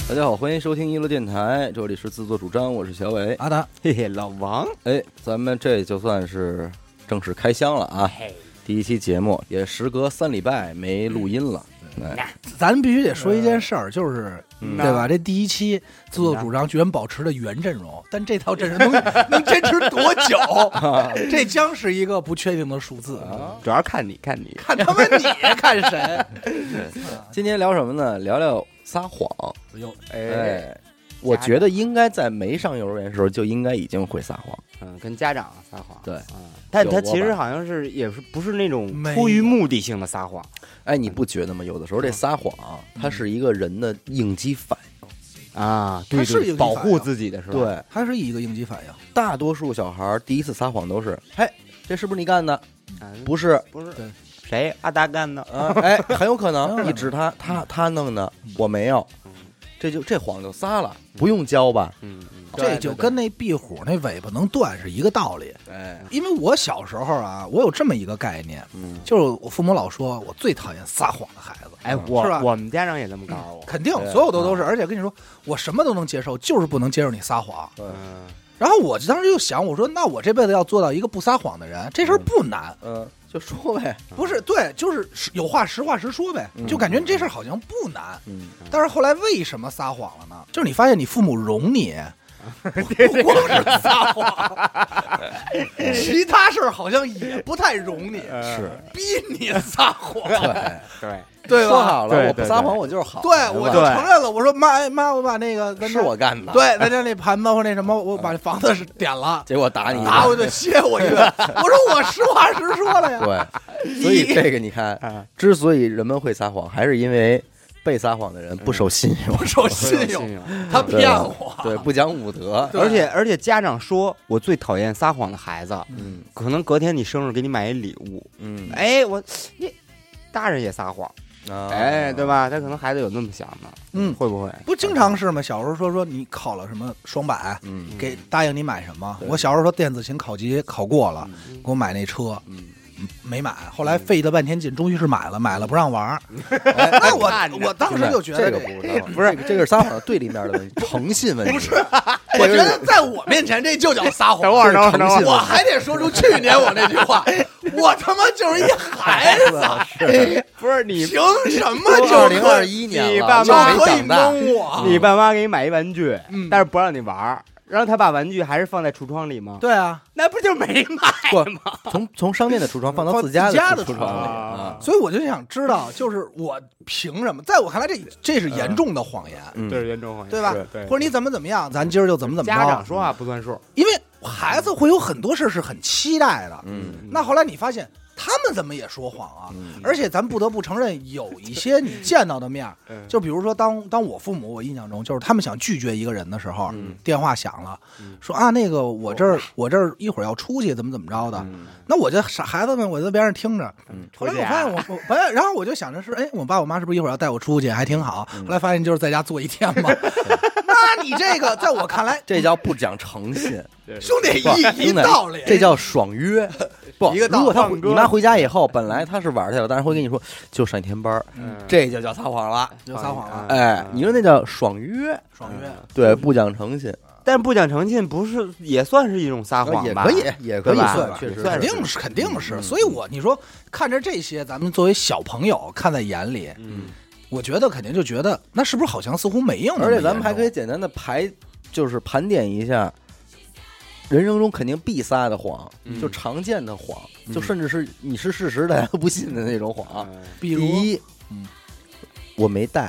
大家好，欢迎收听娱乐电台，这里是自作主张，我是小伟， 阿达， 嘿嘿，老王， 哎，咱们这就算是正式开箱了啊！第一期节目也时隔3礼拜没录音了， 咱必须得说一件事儿，就是对吧？这第一期自作主张居然保持了原阵容，但这套阵容能坚持多久？这将是一个不确定的数字啊！ 主要看你， 看他们你看谁？ 今天聊什么呢？聊聊撒谎。 哎， 我觉得应该在没上幼儿园的时候就应该已经会撒谎。 跟家长撒谎， 对， 但他其实好像是也不是那种出于目的性的撒谎。 哎，你不觉得吗？有的时候这撒谎它是一个人的应激反应啊， 它是保护自己的是吧？ 对， 它是一个应激反应。 大多数小孩第一次撒谎都是，嘿，这是不是你干的？不是， 对， 谁阿达干的？ 哎，很有可能，你指他弄的，我没有，这谎就撒了，不用教吧？ 这就跟那壁虎那尾巴能断是一个道理。 哎， 因为我小时候啊，我有这么一个概念，就是我父母老说我最讨厌撒谎的孩子。 哎， 是吧？ 我们家长也这么告诉我， 肯定所有都是，而且跟你说，我什么都能接受，就是不能接受你撒谎。然后我当时就想，我说那我这辈子要做到一个不撒谎的人，这事儿不难。 就说呗， 不是对，就是有话实话实说呗，就感觉这事儿好像不难。但是后来为什么撒谎了呢？就是你发现你父母容你。不光是撒谎，其他事儿好像也不太容你， 是逼你撒谎， 对吧？说好了， 对我不撒谎我就是好， 对，我就承认了。我说妈，我把那个是我干的， 对，咱家那盘子或那什么，我把房子是点了， 结果打你， 打我就歇我一顿。我说我实话实说了呀。 对，所以这个你看，之所以人们会撒谎，还是因为被撒谎的人不守信用， 不守信用，他骗我， 对，不讲武德。 而且家长说我最讨厌撒谎的孩子，可能隔天你生日给你买一礼物，哎，你大人也撒谎。哎，对吧？他可能孩子有那么想的，会不会？ 不经常是吗？小时候说你考了什么双百，给答应你买什么？我小时候说电子琴考级考过了，给我买那车，没买。后来费了半天劲，终于是买了不让玩。那我当时就觉得这个不是这个是撒谎对立面的问题，诚信问题。 不是，我觉得在我面前这就叫撒谎。 等会儿， 我还得说出去年我那句话，我他妈就是一孩子。 不是你凭什么就 2021年你爸妈可以蒙我？ 你爸妈给你买一玩具，但是不让你玩，然后他把玩具还是放在橱窗里吗？ 对啊， 那不就没买吗？ 从商店的橱窗放到自家的橱窗里啊。所以我就想知道，就是我凭什么？在我看来，这是严重的谎言， 这是严重谎言， 对吧？或者你怎么样，咱今儿就怎么着。 家长说话不算数， 因为孩子会有很多事是很期待的。那后来你发现。他们怎么也说谎啊？而且咱不得不承认，有一些你见到的面，就比如说当我父母，我印象中就是他们想拒绝一个人的时候，电话响了，说啊那个我这儿一会儿要出去，怎么着的，那我就傻孩子们我在边上听着，后来我发现然后我就想着是，哎，我爸我妈是不是一会儿要带我出去，还挺好。后来发现就是在家坐一天嘛。那你这个在我看来， 这叫不讲诚信， 兄弟一道理， 这叫爽约。不，如果你妈回家以后，本来她是玩去了，但是会跟你说就上一天班，这就叫撒谎了， 就撒谎了。 哎，你说那叫爽约，对，不讲诚信。 但不讲诚信不是也算是一种撒谎吧？ 也可以算，确实肯定是。所以你说看着这些，咱们作为小朋友看在眼里，我觉得肯定就觉得那是不是好像似乎没有？ 而且咱们还可以简单的就是盘点一下。人生中肯定必撒的谎，就常见的谎，就甚至是你是事实大家都不信的那种谎。 比如， 第一，我没带。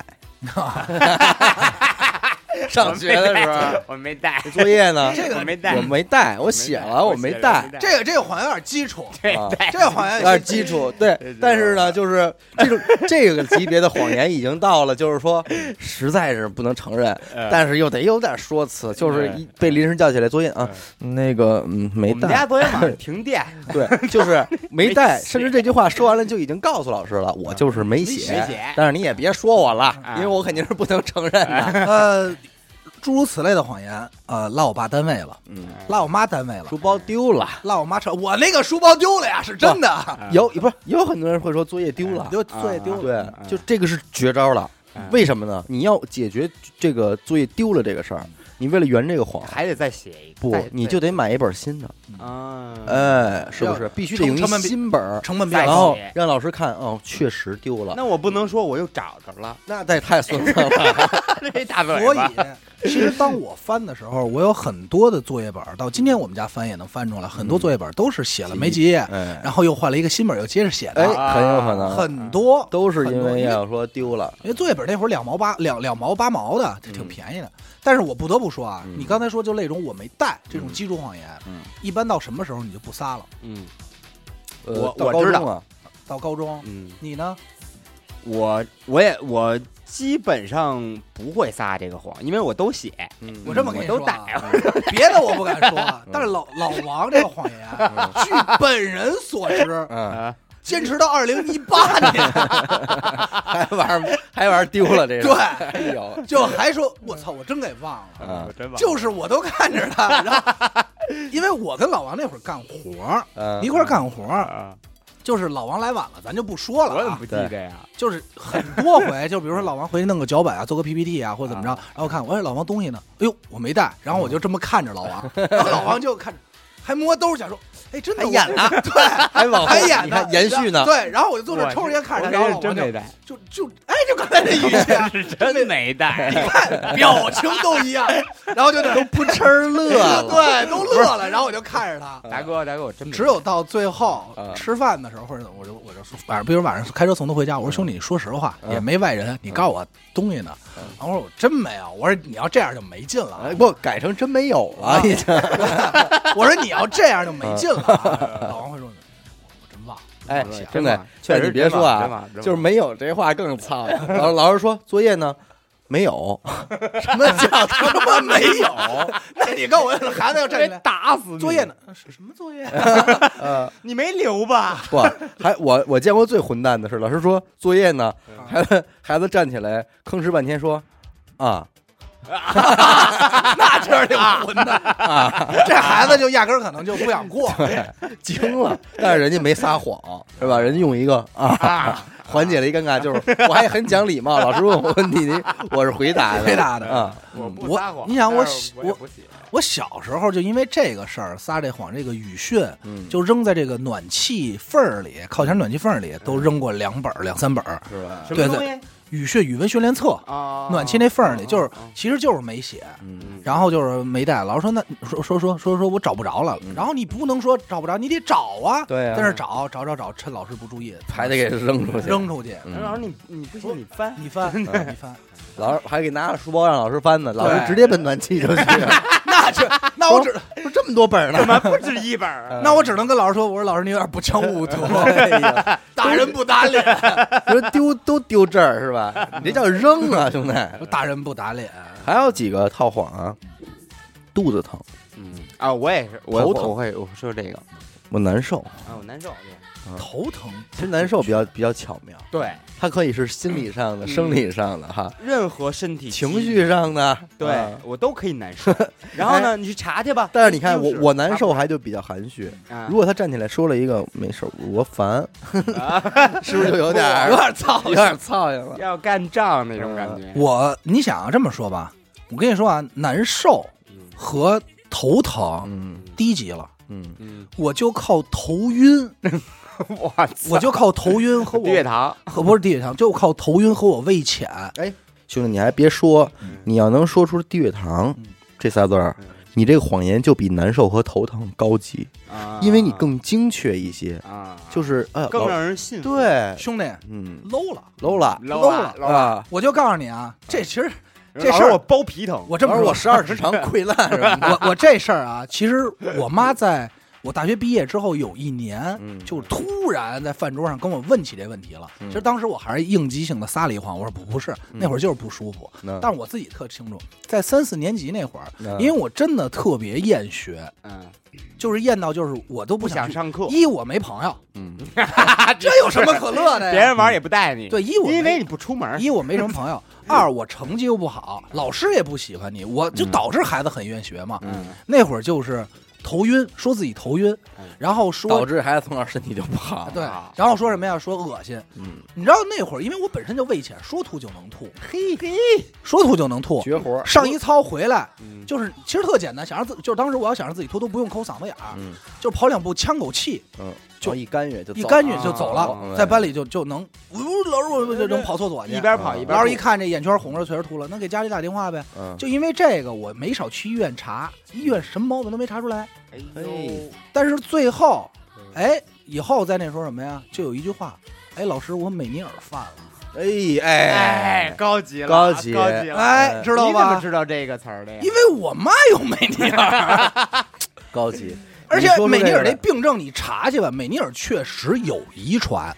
上学的时候我没带作业呢， 这个我没带，我写了我没带。 这个谎言有点基础，这个谎言有点基础，对。但是呢，就是这个级别的谎言已经到了，就是说实在是不能承认，但是又得有点说辞，就是被临时叫起来作业啊，那个没带。我们家昨天晚上停电， 对，就是没带，甚至这句话说完了就已经告诉老师了，我就是没写。但是你也别说我了，因为我肯定是不能承认的。 诸如此类的谎言，落我爸单位了，落我妈单位了， 书包丢了， 落我妈车，我那个书包丢了呀，是真的。 有很多人会说作业丢了， 作业丢了， 对，就这个是绝招了。 为什么呢？你要解决这个作业丢了这个事儿，你为了圆这个谎， 还得再写一个， 不，你就得买一本新的啊， 是不是？必须得用一新本， 成本比较然后让老师看，哦，确实丢了。 那我不能说我又找着了， 那太损了， 这大嘴巴。所以，其实当我翻的时候，我有很多的作业本，到今天我们家翻也能翻出来，很多作业本都是写了没几页，然后又换了一个新本，又接着写的， 很有可能， 很多都是因为要说丢了， 因为作业本那会儿2毛8毛的，挺便宜的。但是我不得不说啊，你刚才说就那种我没带这种基础谎言，一般到什么时候你就不撒了？ 我知道啊， 到高中，你呢？ 我基本上不会撒这个谎，因为我都写， 我这么跟你说， 都带， 别的我不敢说，但是老王这个谎言，据本人所知，坚持到2018年， 还玩丢了这个， 对，就还说我操，我真给忘了，就是我都看着他，然后因为我跟老王那会儿干活，一块儿干活。就是老王来晚了，咱就不说了。 我怎么不记得呀？ 就是很多回，就比如说老王回去弄个脚本啊，做个 PPT 啊，或者怎么着，然后看我说老王东西呢，哎呦我没带，然后我就这么看着老王，然后老王就看着，还摸兜想说，哎真的还演呢， 对，还演呢， 延续呢， 对，然后我就坐这抽着烟看着，然后老王真没带， 就就刚才那语气， 是真没带， 你看表情都一样，然后就都扑哧乐了， 对，都乐了，然后我就看着他， 大哥我真只有到最后吃饭的时候，或者我就说比如晚上开车送他回家，我说兄弟，你说实话，也没外人，你告诉我东西呢？然后我说我真没有，我说你要这样就没劲了， 不改成真没有了，已经， 我说你要这样就没劲了，老王会说。 哎，真的，确实你别说啊，就是没有这话更操。老师说作业呢，没有， 什么叫他妈没有？那你告诉我，孩子要站起来打死你！ 作业呢？什么作业？ 你没留吧？ 不，还我见过最混蛋的是，老师说作业呢，孩子站起来吭哧半天说啊。 那确实挺混的啊！这孩子就压根儿可能就不想过， 惊了。但是人家没撒谎，是吧？人家用一个缓解了一尴尬，就是我还很讲礼貌。老师问我问题，我是回答的啊。 我不撒谎。 你想我小时候就因为这个事儿撒这谎，这个语训就扔在这个暖气缝里，靠前暖气缝里都扔过2本2、3本， 是吧？ 对。语文训练册暖气那缝里其实就是没写，然后就是没带。老师说那说我找不着了，然后你不能说找不着，你得找啊， 对啊， 在那找，趁老师不注意， 还得给扔出去。 老师你不信你翻， 老师还给拿着书包让老师翻呢，老师直接奔暖气就去了。 那我只说这么多本呢， 怎么不止1本？ 那我只能跟老师说，我说老师你有点不讲武德，打人不打脸， 说都丢这儿是吧？你这叫扔啊，兄弟！ 打人不打脸。 还有几个套谎啊，肚子疼， 我也是， 头疼， 我说这个， 我难受我难受， 头疼， 其实难受比较巧妙， 对， 它可以是心理上的、生理上的哈， 任何身体情绪上的， 对我都可以难受。然后呢，你去查去吧。 但是你看我难受还就比较含蓄，如果他站起来说了一个没事我烦，是不是就有点操心了， 要干仗那种感觉？ 你想啊这么说吧，我跟你说啊，难受和头疼低级了，我就靠头晕。我就靠头晕和我低血糖， 不是低血糖，就靠头晕和我胃浅。 哎，兄弟，你还别说，你要能说出低血糖这仨字儿，你这个谎言就比难受和头疼高级，因为你更精确一些就是更让人信服。 对， 兄弟，low 了啊！ 我就告诉你啊，这其实这事儿我包皮疼， 我这么说， 我12指肠溃烂是吧？ 我这事儿啊，其实我妈在我大学毕业之后有1年，就突然在饭桌上跟我问起这问题了。其实当时我还是应激性的撒了一谎，我说不是，那会儿就是不舒服。但是我自己特清楚，在3、4年级那会儿，因为我真的特别厌学，就是厌到就是我都不想上课。 一我没朋友，这有什么可乐的呀？ 别人玩也不带你。 对， 因为你不出门。 一我没什么朋友，2我成绩又不好，老师也不喜欢你，我就导致孩子很愿学嘛。那会儿就是头晕，说自己头晕，然后说导致孩子从小身体就不好。 对，然后说什么呀？说恶心。你知道那会儿，因为我本身就胃浅，说吐就能吐，说吐就能吐， 绝活。 上一操回来，就是其实特简单，想让就是当时我要想让自己吐都不用抠嗓子眼儿，就跑2步呛口气， 就一干预就走了，在班里就能，老师我就能跑厕所去， 一边跑一边。 老师一看这眼圈红了，确实吐了，那给家里打电话呗。就因为这个，我没少去医院查，医院什么毛病都没查出来。但是最后，以后在那说什么呀？就有一句话，老师，我美尼尔犯了。 高级了， 高级， 知道吧？ 你怎么知道这个词儿的呀？ 因为我妈有美尼尔， 高级。 而且美尼尔这病症你查去吧，美尼尔确实有遗传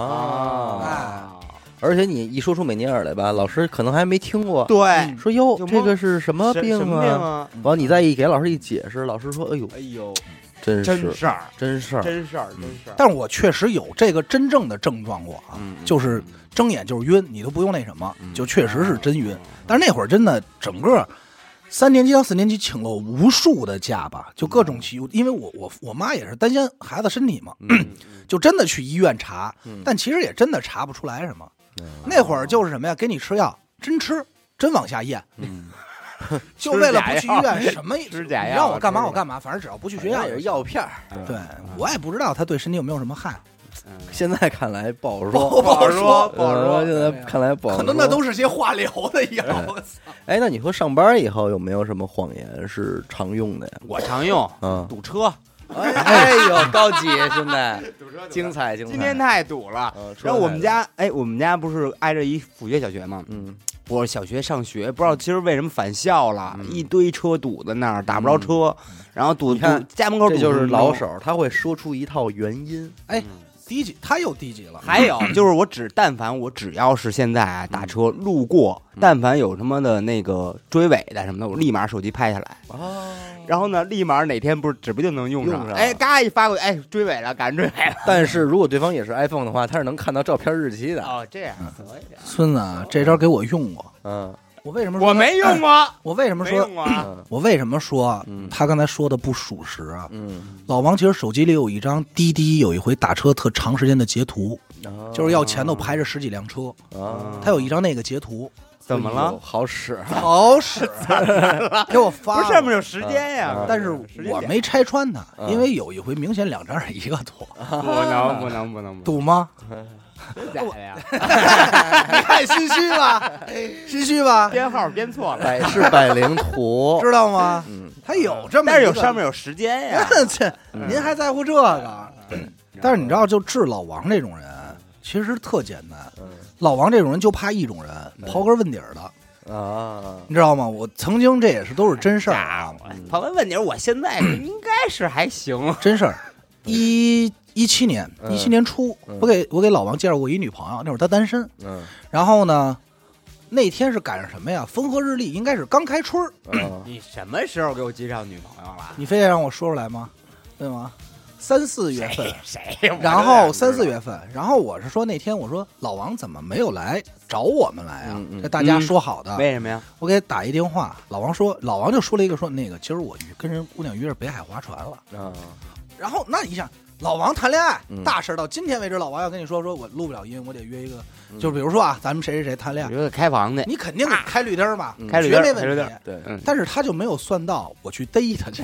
而且你一说出美尼尔来吧，老师可能还没听过。 对， 说哟，这个是什么病啊？ 完你再一给老师一解释，老师说，哎呦，真事儿。 但是我确实有这个真正的症状过啊，就是睁眼就是晕，你都不用那什么，就确实是真晕。但是那会儿真的整个3年级到4年级请了无数的假吧，就各种去，因为我妈也是担心孩子身体嘛，就真的去医院查，但其实也真的查不出来什么。那会儿就是什么呀，给你吃药，真吃，真往下咽，就为了不去医院，什么你让我干嘛我干嘛，反正只要不去学校也是药片。 对，我也不知道他对身体有没有什么害。 现在看来不好说， 不好说。 现在看来不好说， 可能那都是些化疗的药。 那你说上班以后有没有什么谎言是常用的呀？ 我常用，堵车。 哎呦，高级，兄弟，精彩！今天太堵了。然后我们家不是挨着一辅学小学吗？我小学上学不知道今儿为什么返校了，一堆车堵在那儿，打不着车，然后堵家门口堵。 这就是老手，他会说出一套原因。 低级，他又低级了。 还有就是但凡我只要是现在打车路过，但凡有什么的那个追尾的什么的，我立马手机拍下来。然后呢，立马哪天指不定能用上。嘎一发过去，追尾了，赶追尾了。 但是如果对方也是 iPhone 的话，他是能看到照片日期的。 这样。 孙子，这招给我用过。我为什么说我没用过？ 我为什么说？我为什么说他刚才说的不属实啊？老王其实手机里有一张滴滴有一回打车特长时间的截图，就是要前头排着10几辆车，他有一张那个截图。 怎么了？ 好使， 给我发。 不是上面有时间呀？ 但是我没拆穿他，因为有一回明显2张是一个图。 不能堵吗？ 假的呀！ 你看心虚吧，心虚吧， 编号编错了， 百试百灵图， 知道吗？他有这么， 但是上面有时间呀。 您还在乎这个？但是你知道，就治老王这种人，其实特简单。老王这种人就怕一种人，刨根问底儿的。你知道吗？我曾经这也是都是真事儿。 刨根问底儿，我现在应该是还行。 真事儿。17年初，我给老王介绍过一女朋友，那会儿他单身。然后呢，那天是赶上什么呀？风和日丽，应该是刚开春。 你什么时候给我介绍女朋友了？ 你非得让我说出来吗？对吗？3、4月份， 谁？ 然后3、4月份，然后我是说那天我说老王怎么没有来找我们来啊？这大家说好的， 为什么呀？ 我给他打一电话，老王就说了一个说那个，其实我跟人姑娘约着北海划船了。然后那你想。老王谈恋爱大事到今天为止，老王要跟你说我录不了音，我得约一个，就是比如说啊，咱们谁谈恋爱， 约个开房的， 你肯定得开绿灯吧， 开绿灯绝没问题。 对， 但是他就没有算到我去逮他去。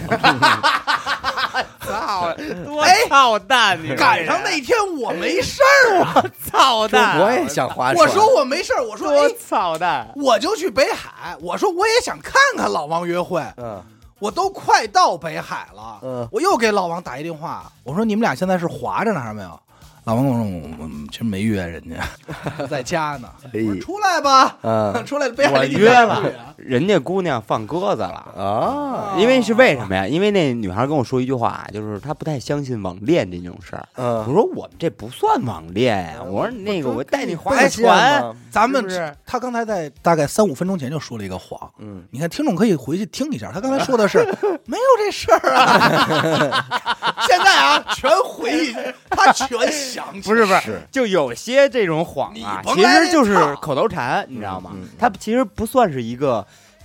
操，多操蛋！你赶上那天我没事儿啊， 操蛋！ 我也想划船。 我说我没事儿，我说多操蛋！ 我就去北海，我说我也想看看老王约会。我都快到北海了，我又给老王打一电话，我说你们俩现在是划着呢还是没有？老王跟我说我其实没约人家，在家呢。我说出来吧，出来北海我约了，人家姑娘放鸽子了啊！因为什么呀？因为那女孩跟我说一句话，就是她不太相信网恋这种事儿。我说我们这不算网恋呀，我说那个我带你划船， 咱们他刚才在大概3、5分钟前就说了一个谎。你看听众可以回去听一下，他刚才说的是没有这事儿啊。现在啊，全回忆，他全想起。 不是，就有些这种谎啊，其实就是口头禅，你知道吗？它其实不算是一个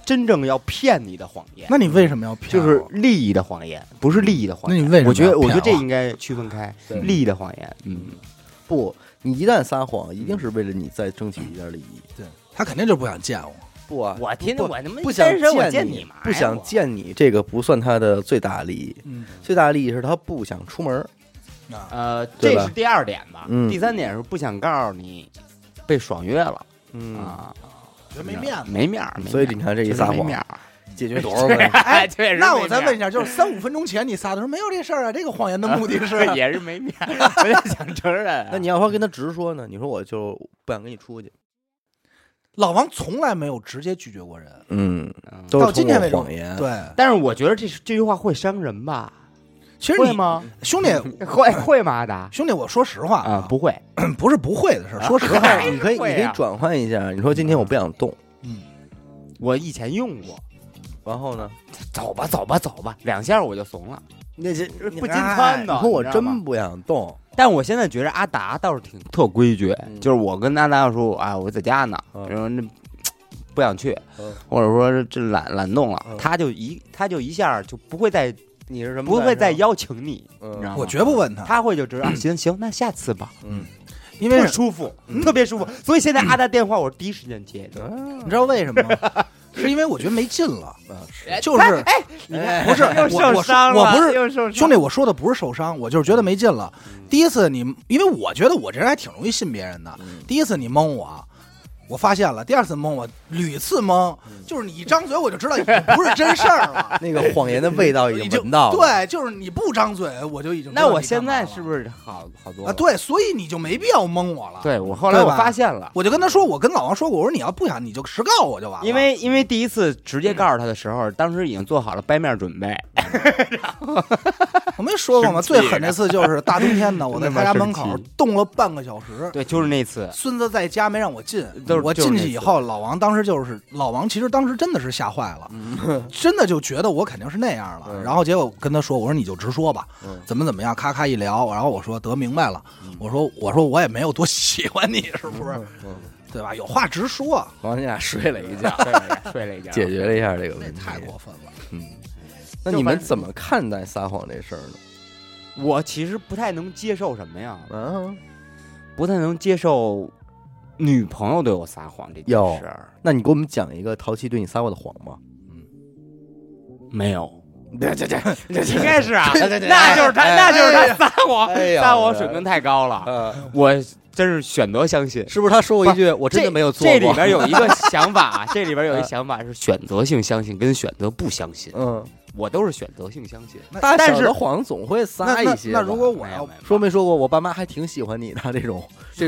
真正要骗你的谎言。 那你为什么要骗？ 就是利益的谎言，不是利益的谎言。 那你为什么？ 我觉得这应该区分开，利益的谎言。 不，你一旦撒谎，一定是为了你再争取一点利益。 对，他肯定就不想见我。 不啊， 我天，我他妈不想见你嘛， 不想见你，这个不算他的最大利益。最大利益是他不想出门。 这是第2点吧。第3点是不想告诉你被爽约了。 觉得没面子， 没面儿。 所以你看这一撒谎，解决多少问题？ 哎，那我再问一下，就是3-5分钟前你撒的时候没有这事儿啊？这个谎言的目的是也是没面儿，我也想承认。 那你要说跟他直说呢？你说我就不想跟你出去。 老王从来没有直接拒绝过人， 到今天为止谎言。 对， 但是我觉得这句话会伤人吧？ 其实会吗？ 兄弟， 会吗？的兄弟，我说实话啊，不会， 不是不会的事。说实话， 你可以转换一下。你说今天我不想动， 我以前用过， 然后呢， 走吧，2下我就怂了。 那这不禁穿的， 你说我真不想动。 但我现在觉得阿达倒是挺特规矩，就是我跟阿达说啊，我在家呢，然后那不想去，或者说这懒动了，他就一下就不会再你是什么不会再邀请你，你知道吗？ 我绝不问他， 他会就知道行，那下次吧， 因为舒服，特别舒服。所以现在阿达电话我是第一时间接的， 你知道为什么吗？是因为我觉得没劲了，就是不是我不是兄弟，我说的不是受伤，我就是觉得没劲了。第一次你，因为我觉得我这人还挺容易信别人的，第一次你蒙我发现了，第2次蒙我屡次蒙，就是你一张嘴我就知道已经不是真事儿了， 那个谎言的味道已经闻到了。 对，就是你不张嘴我就已经知道。 那我现在是不是好多啊？对，所以你就没必要蒙我了。 对，我后来我发现了， 我就跟他说，我跟老王说过，我说你要不想你就实告我就完了。 因为第一次直接告诉他的时候，当时已经做好了掰面准备。 我没说过吗？最狠那次就是大冬天的，我在他家门口冻了半个小时。 对，就是那次。 孙子在家没让我进，我进去以后，老王当时其实当时真的是吓坏了，真的就觉得我肯定是那样了。然后结果跟他说，我说你就直说吧，怎么样，咔咔一聊，然后我说得明白了，我说我也没有多喜欢你，是不是？对吧？有话直说。 王你俩睡了一觉，解决了一下这个问题， 太过分了。 那你们怎么看待撒谎这事儿呢？ 我其实不太能接受什么呀？不太能接受女朋友对我撒谎这件事儿。 那你给我们讲一个淘气对你撒过的谎吧。 没有。 这应该是啊，那就是他撒谎，撒谎水平太高了。我真是选择相信， 是不是他说过一句我真的没有做过？ 这里边有一个想法，是选择性相信跟选择不相信。我都是选择性相信， 但是谎总会撒一些。 那如果我要说没说过，我爸妈还挺喜欢你的这种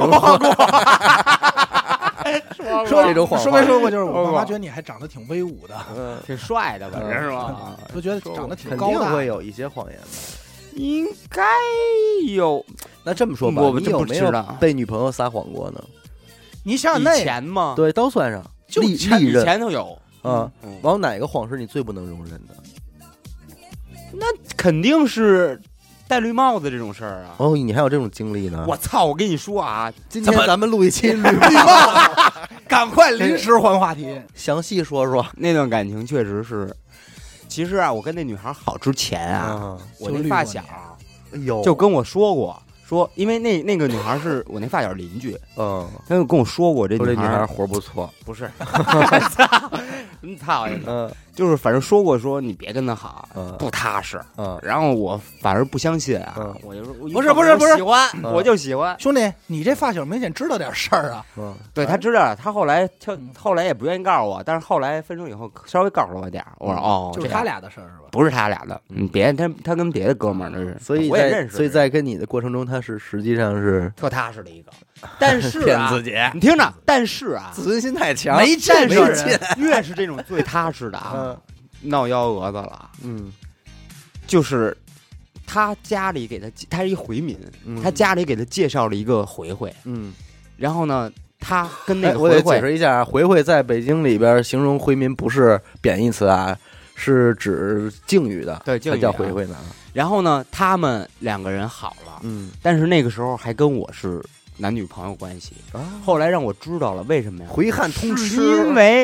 说这种谎， 说没说过？就是我爸妈觉得你还长得挺威武的， 挺帅的，反正是吧？ 都觉得长得挺高大， 肯定会有一些谎言。 应该有。 那这么说吧，你有没有被女朋友撒谎过呢？ 你想想那以前吗？ 对，都算上， 就以前都有。 往哪个谎是你最不能容忍的？ 那肯定是戴绿帽子这种事儿啊！ 哦，你还有这种经历呢？ 我操！我跟你说啊， 今天咱们录一期绿帽子， 赶快临时换话题， 详细说说那段感情。确实是，其实啊，我跟那女孩好之前啊，我那发小，就跟我说，因为那个女孩是我那发小邻居，他就跟我说过，这女孩活不错， 不是，操，就是反正说你别跟他好，不踏实，然后我反而不相信啊，我就说不是喜欢，我就喜欢。 兄弟，你这发小明显知道点事儿啊， 对他知道，他后来也不愿意告诉我，但是后来分手以后稍微告诉我点，我说哦， 就是他俩的事儿是吧？ 不是他俩的，别他跟别的哥们儿那是， 所以我也认识， 所以在跟你的过程中，他是实际上是特踏实的一个，但是骗自己， 你听着，但是啊， 自尊心太强， 没劲， 越是这种最踏实的啊，闹幺蛾子了，就是他家里给他是一回民，他家里给他介绍了一个回回，然后呢，他跟那个我得解释一下，回回在北京里边形容回民不是贬义词啊，是指敬语的， 对， 才叫回回呢。 然后呢，他们2个人好了，但是那个时候还跟我是男女朋友关系。后来让我知道了为什么呀？ 回汉通吃， 因为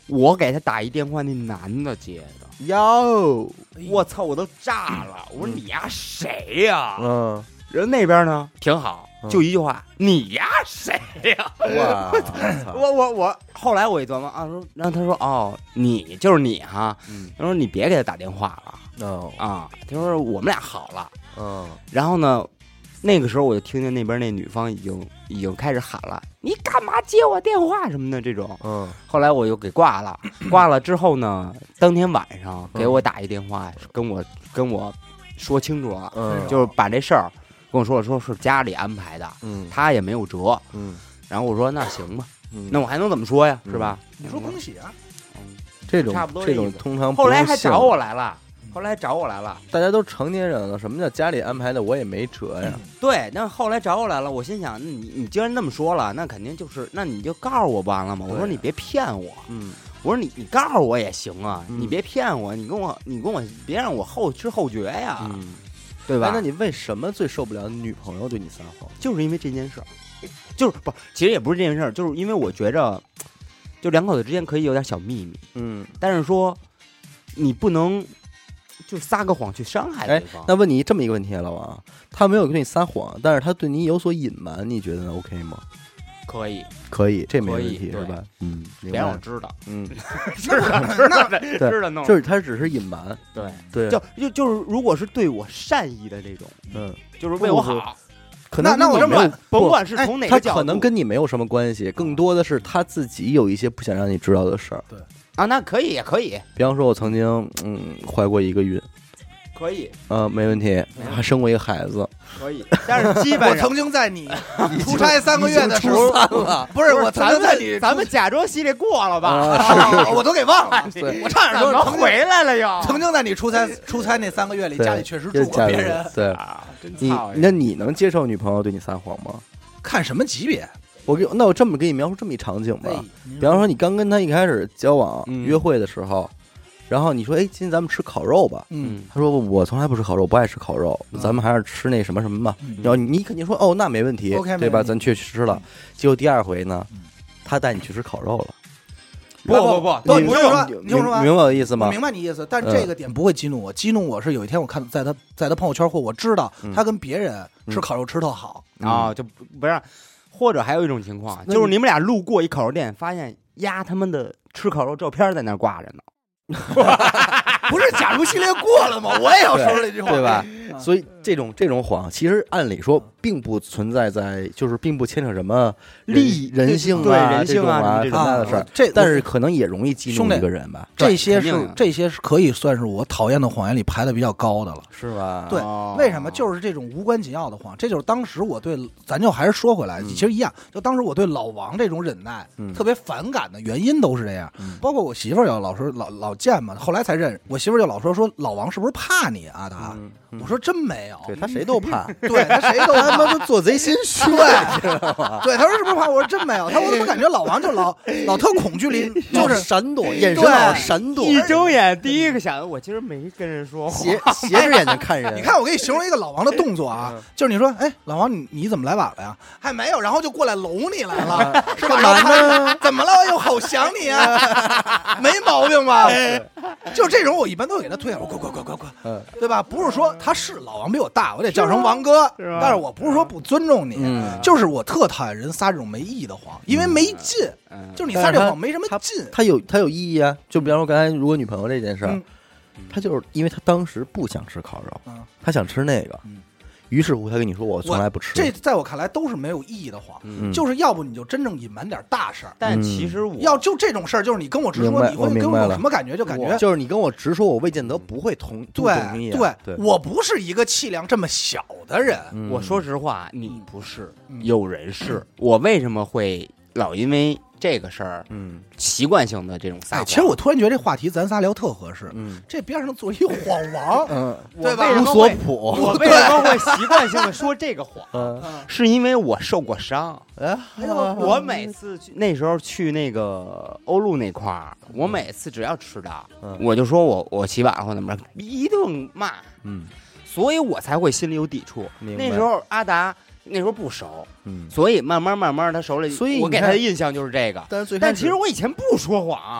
我给他打一电话，那男的接的。 哟， 我操，我都炸了！我说你丫谁呀？人那边呢挺好，就一句话，你丫谁呀？我后来我一琢磨啊，说，然后他说哦，你就是你哈，他说你别给他打电话了，啊，他说我们俩好了，然后呢，那个时候我就听见那边那女方已经开始喊了，你干嘛接我电话什么的这种，后来我又给挂了，挂了之后呢，当天晚上给我打一电话，跟我说清楚了，就是把这事儿。跟我说是家里安排的，他也没有辙，然后我说那行吧，那我还能怎么说呀，是吧？ 你说恭喜啊， 这种差不多这种通常后来还找我来了，大家都成年人了，什么叫家里安排的，我也没辙呀。 对，那后来找我来了，我心想，你既然那么说了，那肯定就是，那你就告诉我不完了吗？我说你别骗我，我说你告诉我也行啊，你别骗我，你跟我别让我后知后觉呀。对吧？ 那你为什么最受不了女朋友对你撒谎？ 就是因为这件事儿，就是不，其实也不是这件事儿，就是因为我觉着，就两口子之间可以有点小秘密，但是说你不能就撒个谎去伤害对方。 那问你这么一个问题，老王，他没有对你撒谎，但是他对你有所隐瞒，你觉得 OK 吗？可以，这没问题是吧？ 别让我知道， 知道弄， 就是他只是隐瞒，对， 就是如果是对我善意的这种，就是为我好， 可能那我这么甭管是从哪个角度， 他可能跟你没有什么关系，更多的是他自己有一些不想让你知道的事儿。 对啊，那可以也可以， 比方说，我曾经怀过一个孕。 可以， 没问题，还生过一个孩子， 可以。但是基本上， 我曾经在你出差3个月的时候，不是我曾经在你， 咱们假装系列过了吧？ 我都给忘了，我差点说回来了又。 曾经在你出差那3个月里，家里确实住过别人。 对，那你能接受女朋友对你撒谎吗？ 看什么级别？ 那我这么给你描述这么一场景吧，比方说你刚跟他一开始交往约会的时候。然后你说，今天咱们吃烤肉吧。他说我从来不吃烤肉，不爱吃烤肉，咱们还是吃那什么什么吧。然后你肯定说，那没问题，对吧？咱去吃了。结果第二回呢，他带你去吃烤肉了。 不，你听我说， 明白我的意思吗？ 明白你意思，但这个点不会激怒我，激怒我是有一天我看在他朋友圈或我知道他跟别人吃烤肉吃特好啊，就不让。或者还有一种情况，就是你们俩路过一烤肉店，发现他们的吃烤肉照片在那挂着呢。 不是假如系列过了吗？我也要说这句话， 对吧？所以这种谎，其实按理说并不存在就是并不牵扯什么利益、人性啊、这种这的事儿。但是可能也容易激怒一个人吧。 这些是可以算是我讨厌的谎言里排的比较高的了， 是吧？ 对，为什么？就是这种无关紧要的谎，这就是当时我对，咱就还是说回来，其实一样，就当时我对老王这种忍耐特别反感的原因都是这样。包括我媳妇儿老说老见嘛，后来才认识。我媳妇儿就老说老王是不是怕你啊？我说真没有， 对他谁都怕， 对他谁都他妈都做贼心虚， 对，他说是不是怕？我说真没有，我怎么感觉老王就老特恐惧里，就是闪躲，眼神老闪躲， 一睁眼第一个想的，我其实没跟人说话， 斜着眼睛看人。 你看，我给你形容一个老王的动作啊，就是你说，老王你怎么来晚了呀？还没有，然后就过来搂你来了，是吧？怎么了？又好想你啊，没毛病吧？就这种我一般都给他推，我滚，对吧？不是说他是老王比我大，我得叫声王哥，但是我不是说不尊重你，就是我特讨厌人撒这种没意义的谎，因为没劲，就是你撒这谎没什么劲。 他有意义啊，就比方说刚才如果女朋友这件事，他就是因为他当时不想吃烤肉，他想吃那个。于是乎，他跟你说我从来不吃， 这在我看来都是没有意义的谎，就是要不你就真正隐瞒点大事儿， 但其实我要就这种事儿，就是你跟我直说，你会给我有什么感觉？就感觉就是你跟我直说，我未见得不会同意。 对，我不是一个气量这么小的人。 我说实话，你不是，有人是。我为什么会老因为这个事儿，习惯性的这种撒谎。 其实我突然觉得这话题咱仨聊特合适。这边上做一谎王，对吧？ 无所谱。 我为什么会习惯性的说这个谎？是因为我受过伤。我每次那时候去那个欧陆那块儿，我每次只要迟到，我就说我起晚了或怎么着，一顿骂。所以我才会心里有抵触。那时候阿达。那时候不熟，所以慢慢他熟了， 所以我给他的印象就是这个。 但其实我以前不说谎，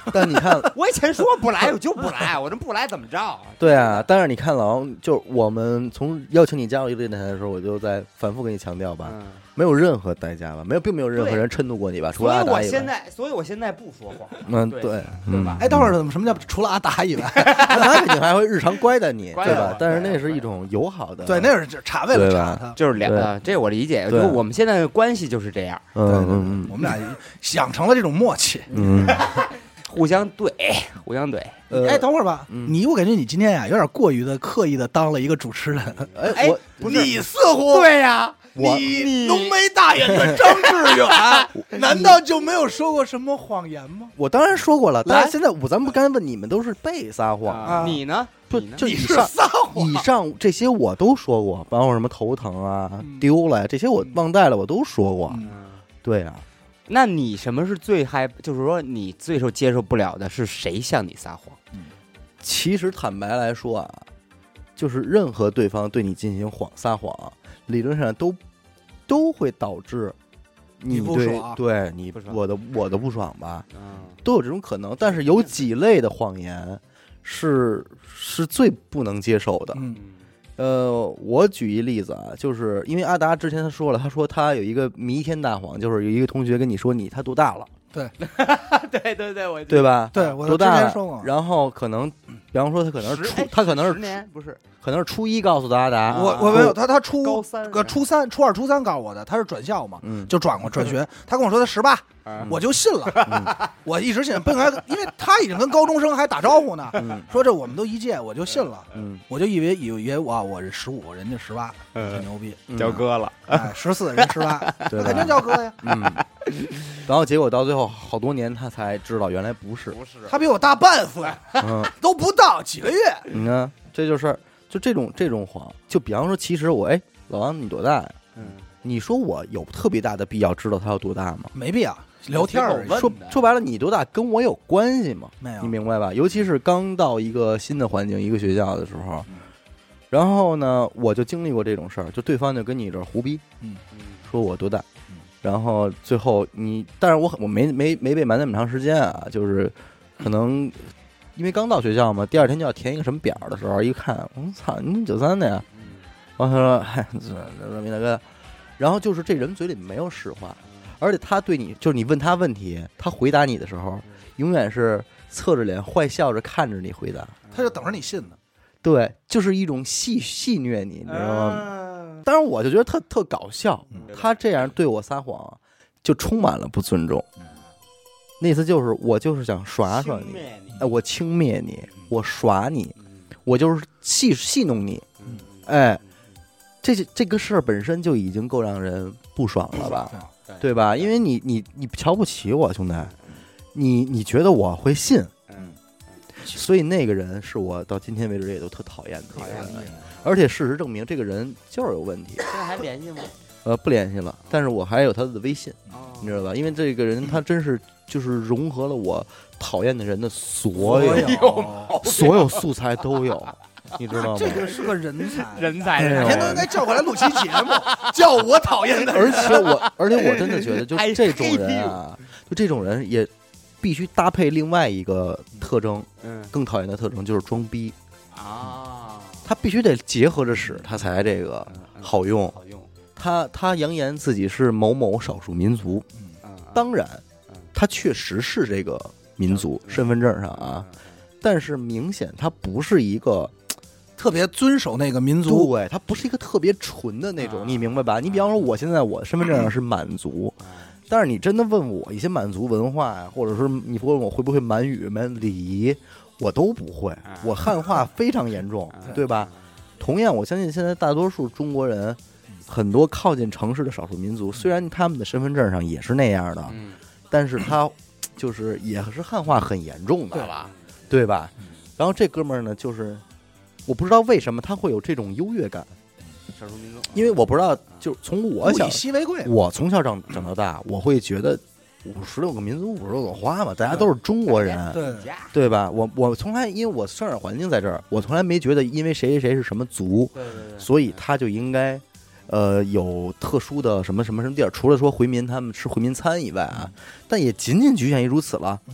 但你看， 我以前说不来，我就不来，我这不来怎么着？ 对啊，但是你看老王，就我们从邀请你加入一个电台的时候，我就在反复跟你强调吧，没有任何代价吧，并没有任何人抻怒过你吧，除了阿达以外。 所以我现在不说谎。 对对吧？ 哎，等会儿什么叫除了阿达以外？ 阿达肯定还会日常乖的你，对吧？但是那是一种友好的， 对，那是查为了查他， 就是这我理解。就我们现在的关系就是这样， 我们俩养成了这种默契， 互相怼。 哎，等会儿吧，我感觉你今天呀有点过于的刻意的当了一个主持人。 哎， 你似乎对呀。 你浓眉大眼的张志远，难道就没有说过什么谎言吗？ 我当然说过了，但是现在咱们不刚才问你们都是被撒谎啊？你呢？ 不就你是撒谎？ 以上这些我都说过，包括什么头疼啊、丢了这些我忘带了，我都说过。对啊， 那你什么是最就是说你最接受不了的是谁向你撒谎？ 其实坦白来说啊，就是任何对方对你进行撒谎，理论上都会导致你对你我的不爽吧，都有这种可能。但是有几类的谎言是最不能接受的。我举一例子啊，就是因为阿达之前他说了，他说他有一个弥天大谎，就是有一个同学跟你说他多大了。 对， 我对吧？ 对，我多大了？ 说过。 然后可能，比方说他可能是他可能是10 年，不是， 可能是初一告诉的阿达。 我没有，他高三， 初三、初二、初三告诉我的，他是转校嘛，就转学。他跟我说他18，我就信了，我一直信，因为他已经跟高中生还打招呼呢，说这我们都一届，我就信了，我就以为我是15，人家18，挺牛逼， 叫哥了 ，14人18，那肯定叫哥呀， 然后结果到最后好多年他才知道原来不是， 他比我大半岁，都不到几个月。 你看，这就是这种谎，就比方说，其实老王你多大呀？你说我有特别大的必要知道他有多大吗？ 没必要，聊天而已。 说白了，你多大跟我有关系吗？ 没有， 你明白吧？尤其是刚到一个新的环境、一个学校的时候，然后呢，我就经历过这种事儿，就对方就跟你这胡逼，说我多大。然后最后但是我没被瞒那么长时间啊，就是可能因为刚到学校嘛，第二天就要填一个什么表的时候，一看，我操，你93的呀？然后他说，嗨，米大哥，然后就是这人嘴里没有实话，而且他对你，就是你问他问题，他回答你的时候，永远是侧着脸坏笑着看着你回答， 他就等着你信呢。 对，就是一种戏谑你，你知道吗？当然，我就觉得特搞笑，他这样对我撒谎，就充满了不尊重。那次就是我就是想耍你，我轻蔑你，我耍你，我就是戏弄你，哎，这个事儿本身就已经够让人不爽了吧，对吧？因为你瞧不起我，兄弟，你觉得我会信？所以那个人是我到今天为止也都特讨厌的一个人。而且事实证明，这个人就是有问题。 现在还联系吗？ 不联系了，但是我还有他的微信，你知道吧？因为这个人他真是就是融合了我讨厌的人的所有素材都有，你知道吗？ 这个是个人才， 每天都应该叫过来录期节目，叫我讨厌的人。 而且我真的觉得，就这种人啊，就这种人也必须搭配另外一个特征，更讨厌的特征就是装逼啊。他必须得结合着使，他才这个好用。他扬言自己是某某少数民族，当然，他确实是这个民族，身份证上啊，但是明显他不是一个特别遵守那个民族， 对，他不是一个特别纯的那种，你明白吧？你比方说，我现在我身份证上是满族，但是你真的问我一些满族文化呀，或者说你问我会不会满语、满礼仪。我都不会，我汉化非常严重，对吧？同样，我相信现在大多数中国人，很多靠近城市的少数民族，虽然他们的身份证上也是那样的，但是他就是也是汉化很严重的，对吧？然后这哥们儿呢，就是我不知道为什么他会有这种优越感， 少数民族， 因为我不知道，就从我以稀为贵， 我从小长到大，我会觉得。56个民族56朵花嘛，大家都是中国人，对吧？我从来因为我生长环境在这儿，我从来没觉得因为谁是什么族，所以他就应该有特殊的什么地儿。除了说回民他们吃回民餐以外啊，但也仅仅局限于如此了。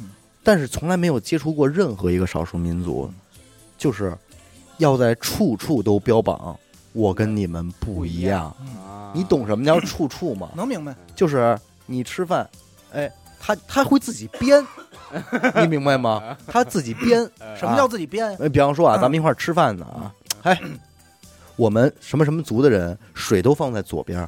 但是从来没有接触过任何一个少数民族，就是要在处处都标榜我跟你们不一样。你懂什么叫处处吗？ 能明白， 就是你吃饭，哎，他会自己编，你明白吗？他自己编。 什么叫自己编？ 比方说啊，咱们一块儿吃饭呢啊，哎，我们什么什么族的人，水都放在左边。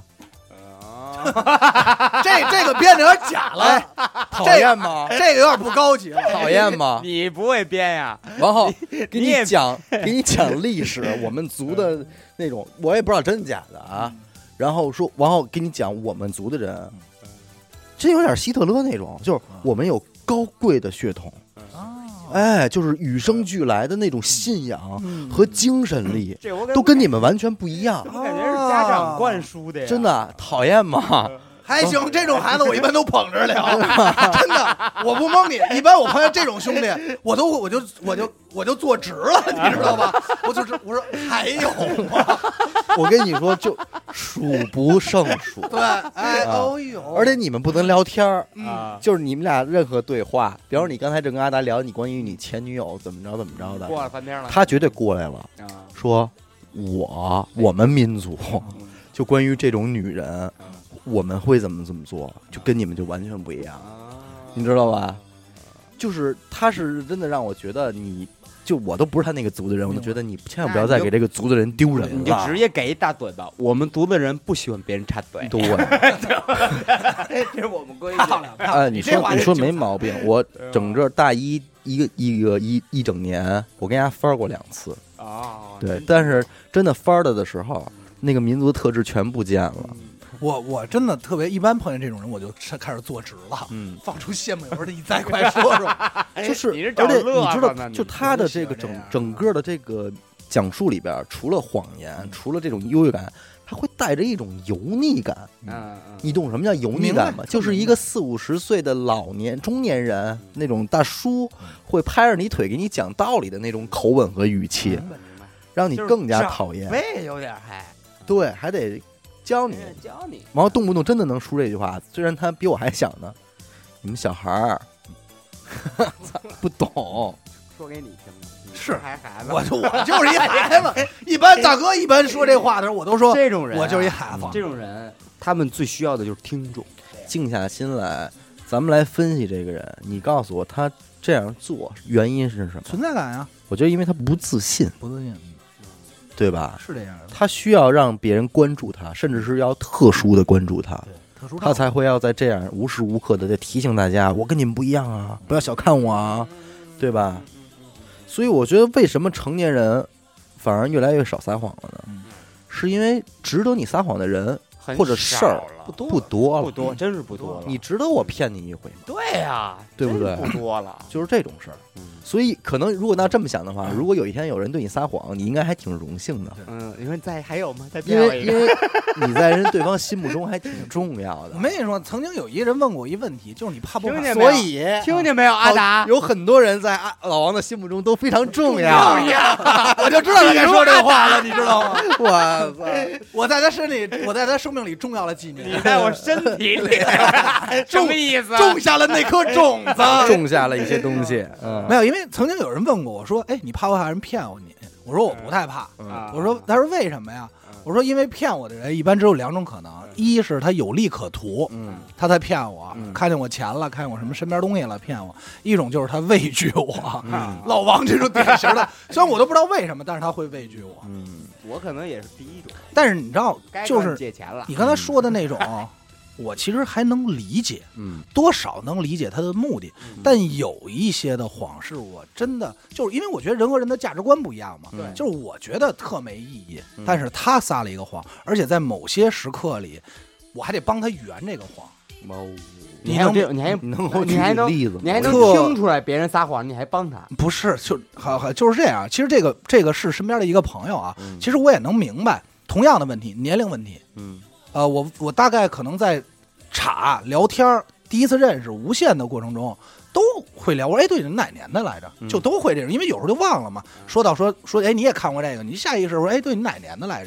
这个编的有点假了， 讨厌吗？ 这个有点不高级了， 讨厌吗？ 你不会编呀？ 然后给你讲历史，我们族的那种，我也不知道真的假的啊。然后说，然后给你讲我们族的人，真有点希特勒那种，就是我们有高贵的血统。哎，就是与生俱来的那种信仰和精神力，都跟你们完全不一样。 我感觉是家长灌输的呀， 真的讨厌吗？ 还行，这种孩子我一般都捧着聊，真的，我不蒙你。一般我碰见这种兄弟，我就坐直了，你知道吧？我说还有吗？ 我跟你说，就数不胜数。 对，哎，哦呦， 而且你们不能聊天儿啊，就是你们俩任何对话，比方说你刚才正跟阿达聊你关于你前女友怎么着的， 过了翻篇了， 他绝对过来了，说我们民族就关于这种女人。我们会怎么做，就跟你们就完全不一样，你知道吧？就是他是真的让我觉得我都不是他那个族的人，我就觉得你千万不要再给这个族的人丢人了， 你就直接给一大嘴巴。我们族的人不喜欢别人插嘴， 对， 这是我们规矩。 哎，你说没毛病。我整个大一一整年，我跟人家翻过2次对，但是真的翻的时候，那个民族特质全不见了。 我真的特别一般碰见这种人，我就开始坐直了，放出羡慕油的，你再快说说， 就是而且你知道，就他的这个整个的这个讲述里边，除了谎言，除了这种优越感，他会带着一种油腻感。你懂什么叫油腻感吗？就是一个40-50岁的中年人那种大叔，会拍着你腿给你讲道理的那种口吻和语气，让你更加讨厌。 胃有点嗨， 对，还得。教你，然后动不动真的能说这句话，虽然他比我还小呢。你们小孩儿不懂， 说给你听的， 是孩子， 我就是一孩子。一般大哥一般说这话的时候，我都说这种人， 我就是一孩子。 这种人，他们最需要的就是听众， 静下心来，咱们来分析这个人。你告诉我，他这样做原因是什么？ 存在感呀。 我觉得因为他不自信，对吧？ 是这样的， 他需要让别人关注他，甚至是要特殊的关注他，他才会要在这样无时无刻的在提醒大家，我跟你们不一样啊，不要小看我啊，对吧？所以我觉得为什么成年人反而越来越少撒谎了呢？是因为值得你撒谎的人或者事儿不多了， 真是不多了。 你值得我骗你一回吗？ 对呀， 对不对？ 不多了， 就是这种事儿。所以可能如果要这么想的话，如果有一天有人对你撒谎，你应该还挺荣幸的。 因为还有吗？ 因为你在对方心目中还挺重要的。 我跟你说，曾经有一个人问过我一问题，就是你怕不怕？ 所以听见没有，阿达？ 有很多人在老王的心目中都非常重要。 我就知道他该说这话了，你知道吗？ 哇塞！ 我在他身里，我在他生命里重要了几年。 你在我身体里，什么意思？ 种下了那颗种子， 种下了一些东西。 没有，因为曾经有人问过我说：“哎，你怕不怕人骗我你？”我说：“我不太怕。”我说：“他说为什么呀？”我说：“因为骗我的人一般只有2种可能，一是他有利可图，他才骗我，看见我钱了，看见我什么身边东西了骗我；一种就是他畏惧我，老王这种典型的，虽然我都不知道为什么，但是他会畏惧我。 我可能也是第一种， 但是你知道，就是借钱了， 你刚才说的那种。我其实还能理解，多少能理解他的目的，但有一些的谎是我真的就是因为我觉得人和人的价值观不一样嘛，就是我觉得特没意义，但是他撒了一个谎，而且在某些时刻里，我还得帮他圆这个谎。 你还能例子， 你还能听出来别人撒谎，你还帮他？ 不是，就是这样。其实这个是身边的一个朋友啊，其实我也能明白同样的问题，年龄问题，我大概可能在聊天第一次认识无限的过程中都会聊，我说哎，对，你哪年的来着？就都会这种，因为有时候就忘了嘛。说哎，你也看过这个，你下意识说哎，对，你哪年的来着？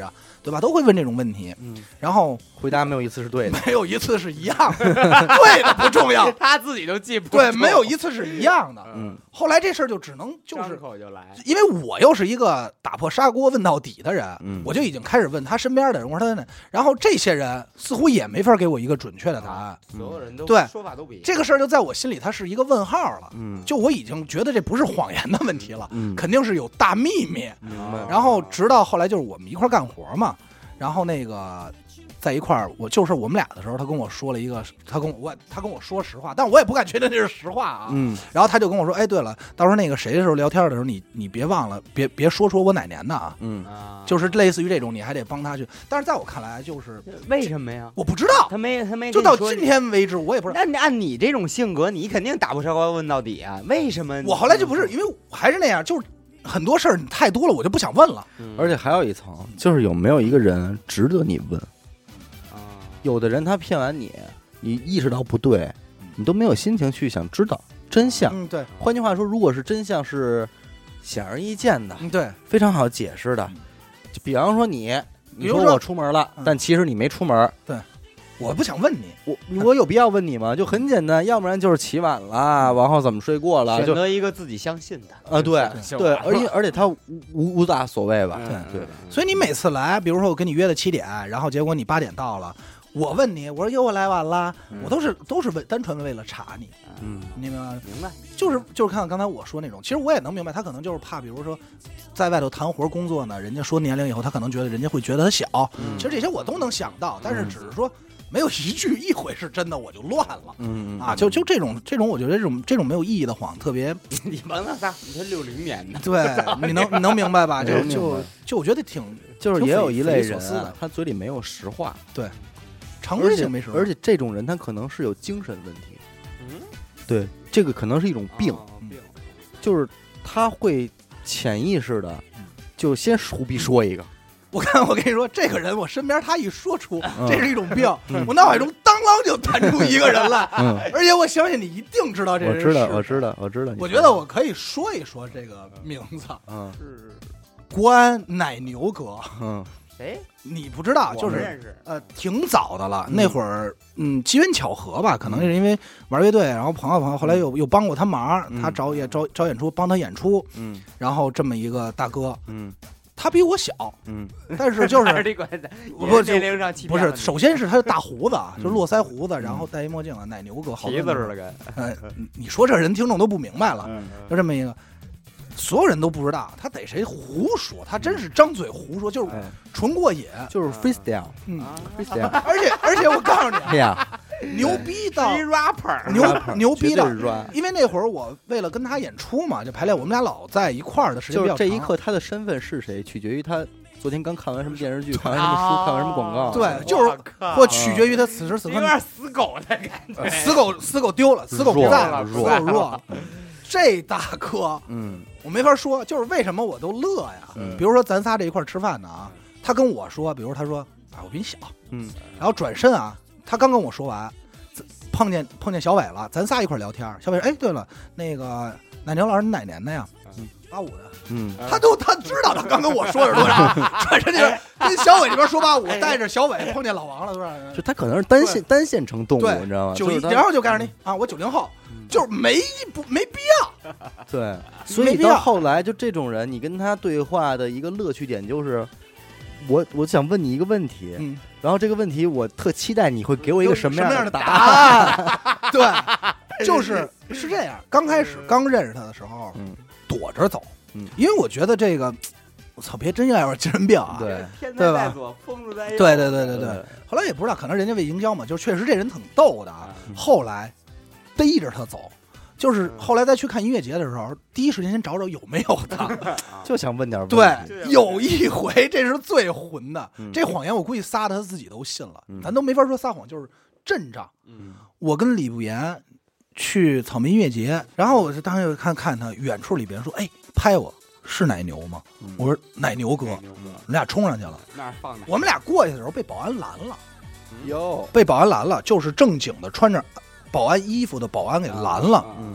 对吧？都会问这种问题，然后回答没有一次是对的， 没有一次是一样的，对的不重要， 他自己都记不住， 对，没有一次是一样的。后来这事儿就只能就是口就来， 因为我又是一个打破砂锅问到底的人，我就已经开始问他身边的人，我说他，然后这些人似乎也没法给我一个准确的答案， 所有人都对说法都不一样， 这个事儿就在我心里它是一个问号了，就我已经觉得这不是谎言的问题了，肯定是有大秘密，然后直到后来就是我们一块干活嘛，然后那个在一块儿，我们俩的时候，他跟我说了一个，他跟我说实话，但我也不敢确定这是实话啊。然后他就跟我说，哎，对了，到时候那个谁的时候聊天的时候，你别忘了，别说我哪年的啊。就是类似于这种，你还得帮他去。但是在我看来，就是为什么呀？ 我不知道， 他没， 就到今天为止，我也不知道。 那按你这种性格，你肯定打破砂锅问到底啊？为什么？ 我后来就不是，因为还是那样，就是。很多事儿太多了，我就不想问了。 而且还有一层，就是有没有一个人值得你问？有的人他骗完你意识到不对，你都没有心情去想知道真相。 对。 换句话说，如果是真相是显而易见的， 对， 非常好解释的。就比方说你说我出门了，但其实你没出门。 对。我不想问你， 我有必要问你吗？就很简单，要不然就是起晚了，然后怎么睡过了， 选择一个自己相信的对，而且他无大所谓吧？对。 所以你每次来，比如说我跟你约的7点，然后结果你8点到了，我问你，我说我来晚了，我都是单纯为了查你，你明白吗？ 明白， 就是看刚才我说那种，其实我也能明白，他可能就是怕，比如说在外头谈活工作呢，人家说年龄以后，他可能觉得人家会觉得他小，其实这些我都能想到，但是只是说。没有一回是真的，我就乱了。就这种，我觉得这种没有意义的谎特别。 你闻了啥？你是60年的， 对，你能明白吧？就我觉得就是也有一类人，他嘴里没有实话， 对，常规性没实话， 而且这种人他可能是有精神问题。对，这个可能是一种病，就是他会潜意识的就先胡逼说一个。 我跟你说，这个人我身边他一说出这是一种病，我脑海中当啷就弹出一个人来，而且我相信你一定知道这人。 我知道。 我觉得我可以说一说这个名字，是国安奶牛哥。 谁？ 你不知道？就是挺早的了，那会儿机缘巧合吧，可能是因为玩乐队，然后朋友后来又帮过他忙，他找演出，帮他演出，然后这么一个大哥，他比我小，但是就是不是，首先是他的大胡子，就络腮胡子，然后戴一墨镜，奶牛哥，好鼻子似的跟。你说这人听众都不明白了，就这么一个，所有人都不知道他逮谁胡说，他真是张嘴胡说，就是纯过瘾， 就是 freestyle， freestyle。 而且我告诉你， 哎呀， 牛逼到 rapper， 牛逼到，因为那会儿我为了跟他演出嘛，就排练，我们俩老在一块儿的时间比较长。 就是这一刻，他的身份是谁，取决于他昨天刚看完什么电视剧，看完什么书，看完什么广告。 对，就是或取决于他此时此刻有点死狗的感觉， 死狗丢了，死狗不在了，死狗弱了。这大哥，我没法说，就是为什么我都乐呀？比如说咱仨这一块吃饭呢啊，他跟我说，比如他说啊，我比你小，然后转身啊，他刚跟我说完，碰见小伟了，咱仨一块聊天。小伟说，哎，对了，那个奶牛老师你哪年的呀？85的。他知道他刚跟我说是多少，转身就跟小伟这边说85，带着小伟碰见老王了多少？ 就他可能是单线程动物，你知道吗 ？91，然后就告诉你啊，我90后。就是没必要， 对，所以到后来就这种人，你跟他对话的一个乐趣点就是，我想问你一个问题，然后这个问题我特期待你会给我一个什么样的答案， 对，是这样。刚开始刚认识他的时候，躲着走，因为我觉得这个，我操，别真要有精神病啊，对吧？ 疯子在右， 对。后来也不知道，可能人家为营销嘛，就确实这人挺逗的啊。后来。背着他走，就是后来再去看音乐节的时候，第一时间先找找有没有他， 就想问点问题。对，有一回这是最混的，这谎言我估计撒的他自己都信了，咱都没法说撒谎，就是阵仗。我跟李不言去草莓音乐节，然后我就当时看他远处里边说，哎，拍我是奶牛吗？我说奶牛哥，我们俩冲上去了，我们俩过去的时候被保安拦了，被保安拦了，就是正经的穿着保安衣服的保安给拦了，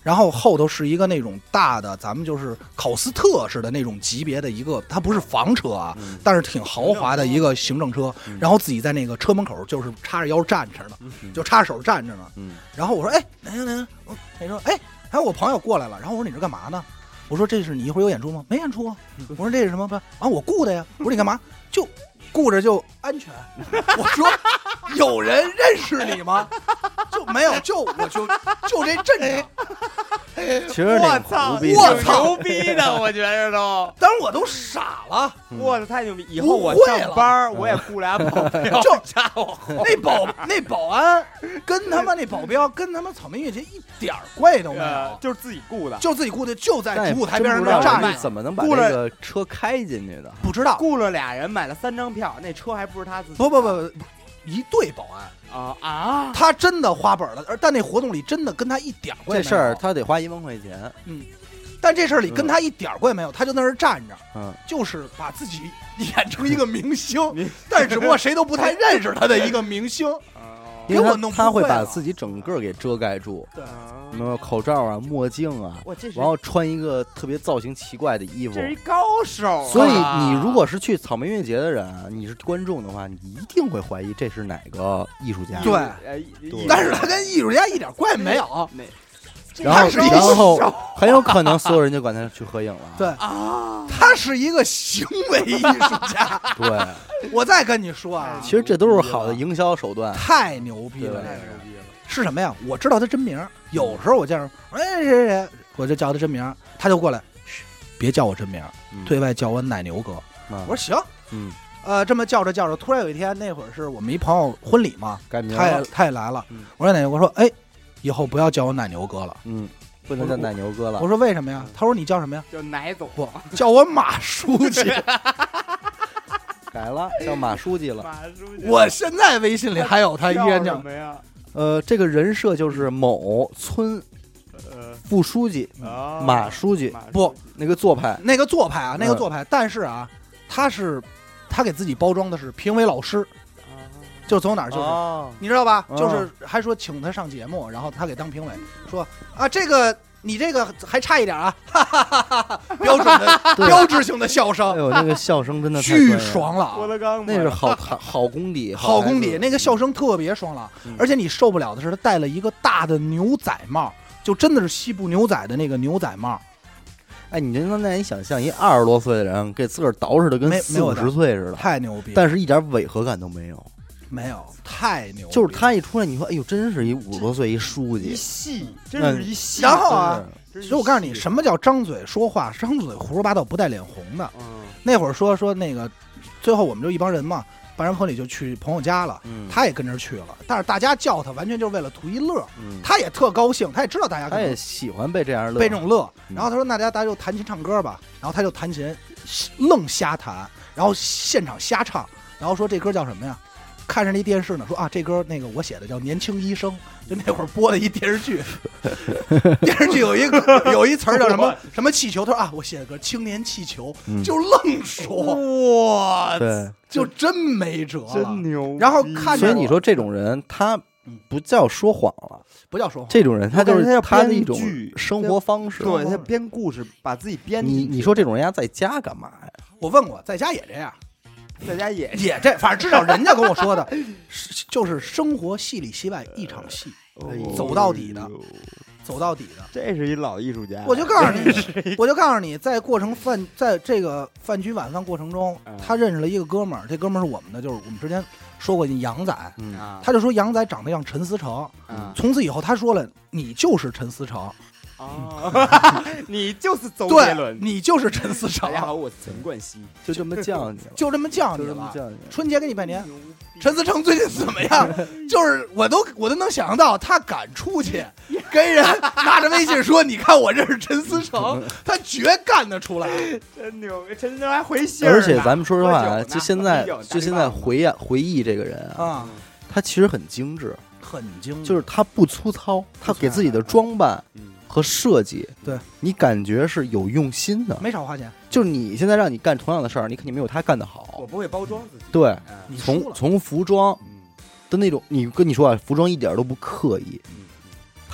然后后头是一个那种大的，咱们就是考斯特式的那种级别的一个，它不是房车啊，但是挺豪华的一个行政车。然后自己在那个车门口就是叉着腰站着呢，就插手站着呢。然后我说：“哎，哪个？”他说：“哎，还有我朋友过来了。”然后我说：“你这干嘛呢？”我说：“这是你一会儿有演出吗？”“没演出啊。”我说：“这是什么？”“啊，我雇的呀。”我说：“你干嘛？”“就顾着就安全。”我说：“有人认识你吗？”“就没有，就这阵仗。” 其实我操，牛逼的，我觉着都。 当时我都傻了， 我操，太牛逼！以后我上班我也雇俩保镖， 就家伙那保安跟他们那保镖跟他们草莓音乐节一点关系都没有， 就是自己雇的， 就在主舞台边上那站着， 怎么能把这个车开进去的？ 不知道， 雇了俩人，买了3张票，那车还不是他自己。 不，一队保安啊！他真的花本了，但那活动里真的跟他一点关系没有。 这事儿他得花1万块钱， 但这事儿里跟他一点关系没有，他就在那儿站着，就是把自己演成一个明星，但是只不过谁都不太认识他的一个明星。 因为他会把自己整个给遮盖住，什么口罩啊、墨镜啊，然后穿一个特别造型奇怪的衣服， 这是一高手。 所以你如果是去草莓音乐节的人，你是观众的话，你一定会怀疑这是哪个艺术家。 对，但是他跟艺术家一点关系没有。 然后很有可能所有人就管他去合影了。 对啊，他是一个行为艺术家。 对， 我再跟你说啊， 其实这都是好的营销手段。 太牛逼了，太牛逼了！是什么呀？我知道他真名，有时候我见着，哎谁，我就叫他真名，他就过来，别叫我真名，对外叫我奶牛哥。我说行，这么叫着，突然有一天，那会儿是我们一朋友婚礼嘛，他也来了。我说奶牛哥说，哎。以后不要叫我奶牛哥了， 不能叫奶牛哥了。 我说为什么呀？他说你叫什么呀？ 叫奶总。 不，叫我马书记。 改了，叫马书记了。 马书记。 我现在微信里还有他，依然叫什么呀？ 这个人设就是某村副书记马书记。 不， 那个做派啊， 那个做派。但是啊，他给自己包装的是评委老师。就走哪儿就是，你知道吧？就是还说请他上节目，然后他给当评委，说啊，你这个还差一点啊，哈哈哈哈！标志性的笑声， 哎呦，那个笑声真的巨爽朗， 那是好功底， 好功底，那个笑声特别爽朗，而且你受不了的是他戴了一个大的牛仔帽，就真的是西部牛仔的那个牛仔帽。 哎，你能难以想象，一20多岁的人给自个儿捯饬的跟40、50岁似的， 太牛逼， 但是一点违和感都没有。 没有，太牛！ 就是他一出来，你说，哎呦，真是一50多岁一书记， 一戏，真是一戏。 然后啊，所以我告诉你，什么叫张嘴说话，张嘴胡说八道，不带脸红的。那会儿说那个，最后我们就一帮人嘛，办完婚礼就去朋友家了，他也跟着去了。但是大家叫他，完全就是为了图一乐。他也特高兴，他也知道大家， 他也喜欢被这样乐， 被这种乐。然后他说：“大家就弹琴唱歌吧。”然后他就弹琴，愣瞎弹，然后现场瞎唱，然后说这歌叫什么呀？看着那电视呢，说啊，这歌那个我写的叫《年轻医生》，就那会儿播的一电视剧，电视剧有一词儿叫什么气球，他说啊，我写的歌《青年气球》，就愣说，哇， 对， 就真没辙， 真牛。 然后看着， 所以你说这种人，他不叫说谎了， 不叫说谎， 这种人他就是他的一种生活方式， 对他编故事，把自己编。 你说这种人家在家干嘛呀？ 我问过，在家也这样。 在家也这，反正至少人家跟我说的，就是生活戏里戏外一场戏，走到底的， 这是一老艺术家。 我就告诉你，在这个饭局晚饭过程中，他认识了一个哥们儿，这哥们儿是我们的，就是我们之前说过杨仔，他就说杨仔长得像陈思诚，从此以后他说了，你就是陈思诚。 你就是周杰伦， 你就是陈思诚。 大家好，我是陈冠希， 就这么叫你， 就这么叫你了。春节给你拜年，陈思诚最近怎么样？就是我都能想到，他敢出去跟人拿着微信说：“你看我认识陈思诚。”他绝干得出来， 真牛！陈思诚还回信。 而且咱们说实话，就现在回忆这个人啊，他其实很精致，就是他不粗糙，他给自己的装扮。和设计， 对你感觉是有用心的， 没少花钱。 就是你现在让你干同样的事儿，你肯定没有他干得好。 我不会包装自己。 对，从服装的那种，你说啊，服装一点都不刻意，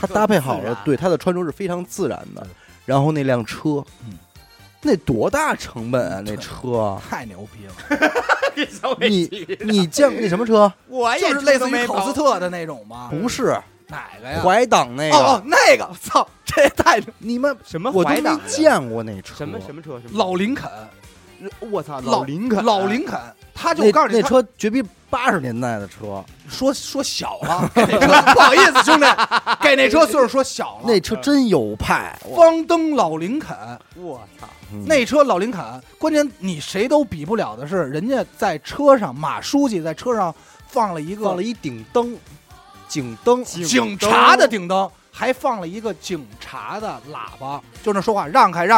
他搭配好了，对他的穿着是非常自然的。然后那辆车，那多大成本啊！那车太牛逼了！ 你见那什么车？ 我也就是类似于考斯特的那种吗？ 不是， 哪个呀？ 怀档那个。 哦，那个，操，这也太你们什么我都没见过那车。 什么车？ 老林肯。 我操， 老林肯，他就告诉你， 那车绝逼80年代的车。 说小了，给那车不好意思，兄弟，给那车岁数说小了。 那车真有派， 方登老林肯， 我操， 那车老林肯，关键你谁都比不了的是，人家在车上，马书记在车上放了一顶灯，警灯， 警察的顶灯，还放了一个警察的喇叭，就那说话，让开。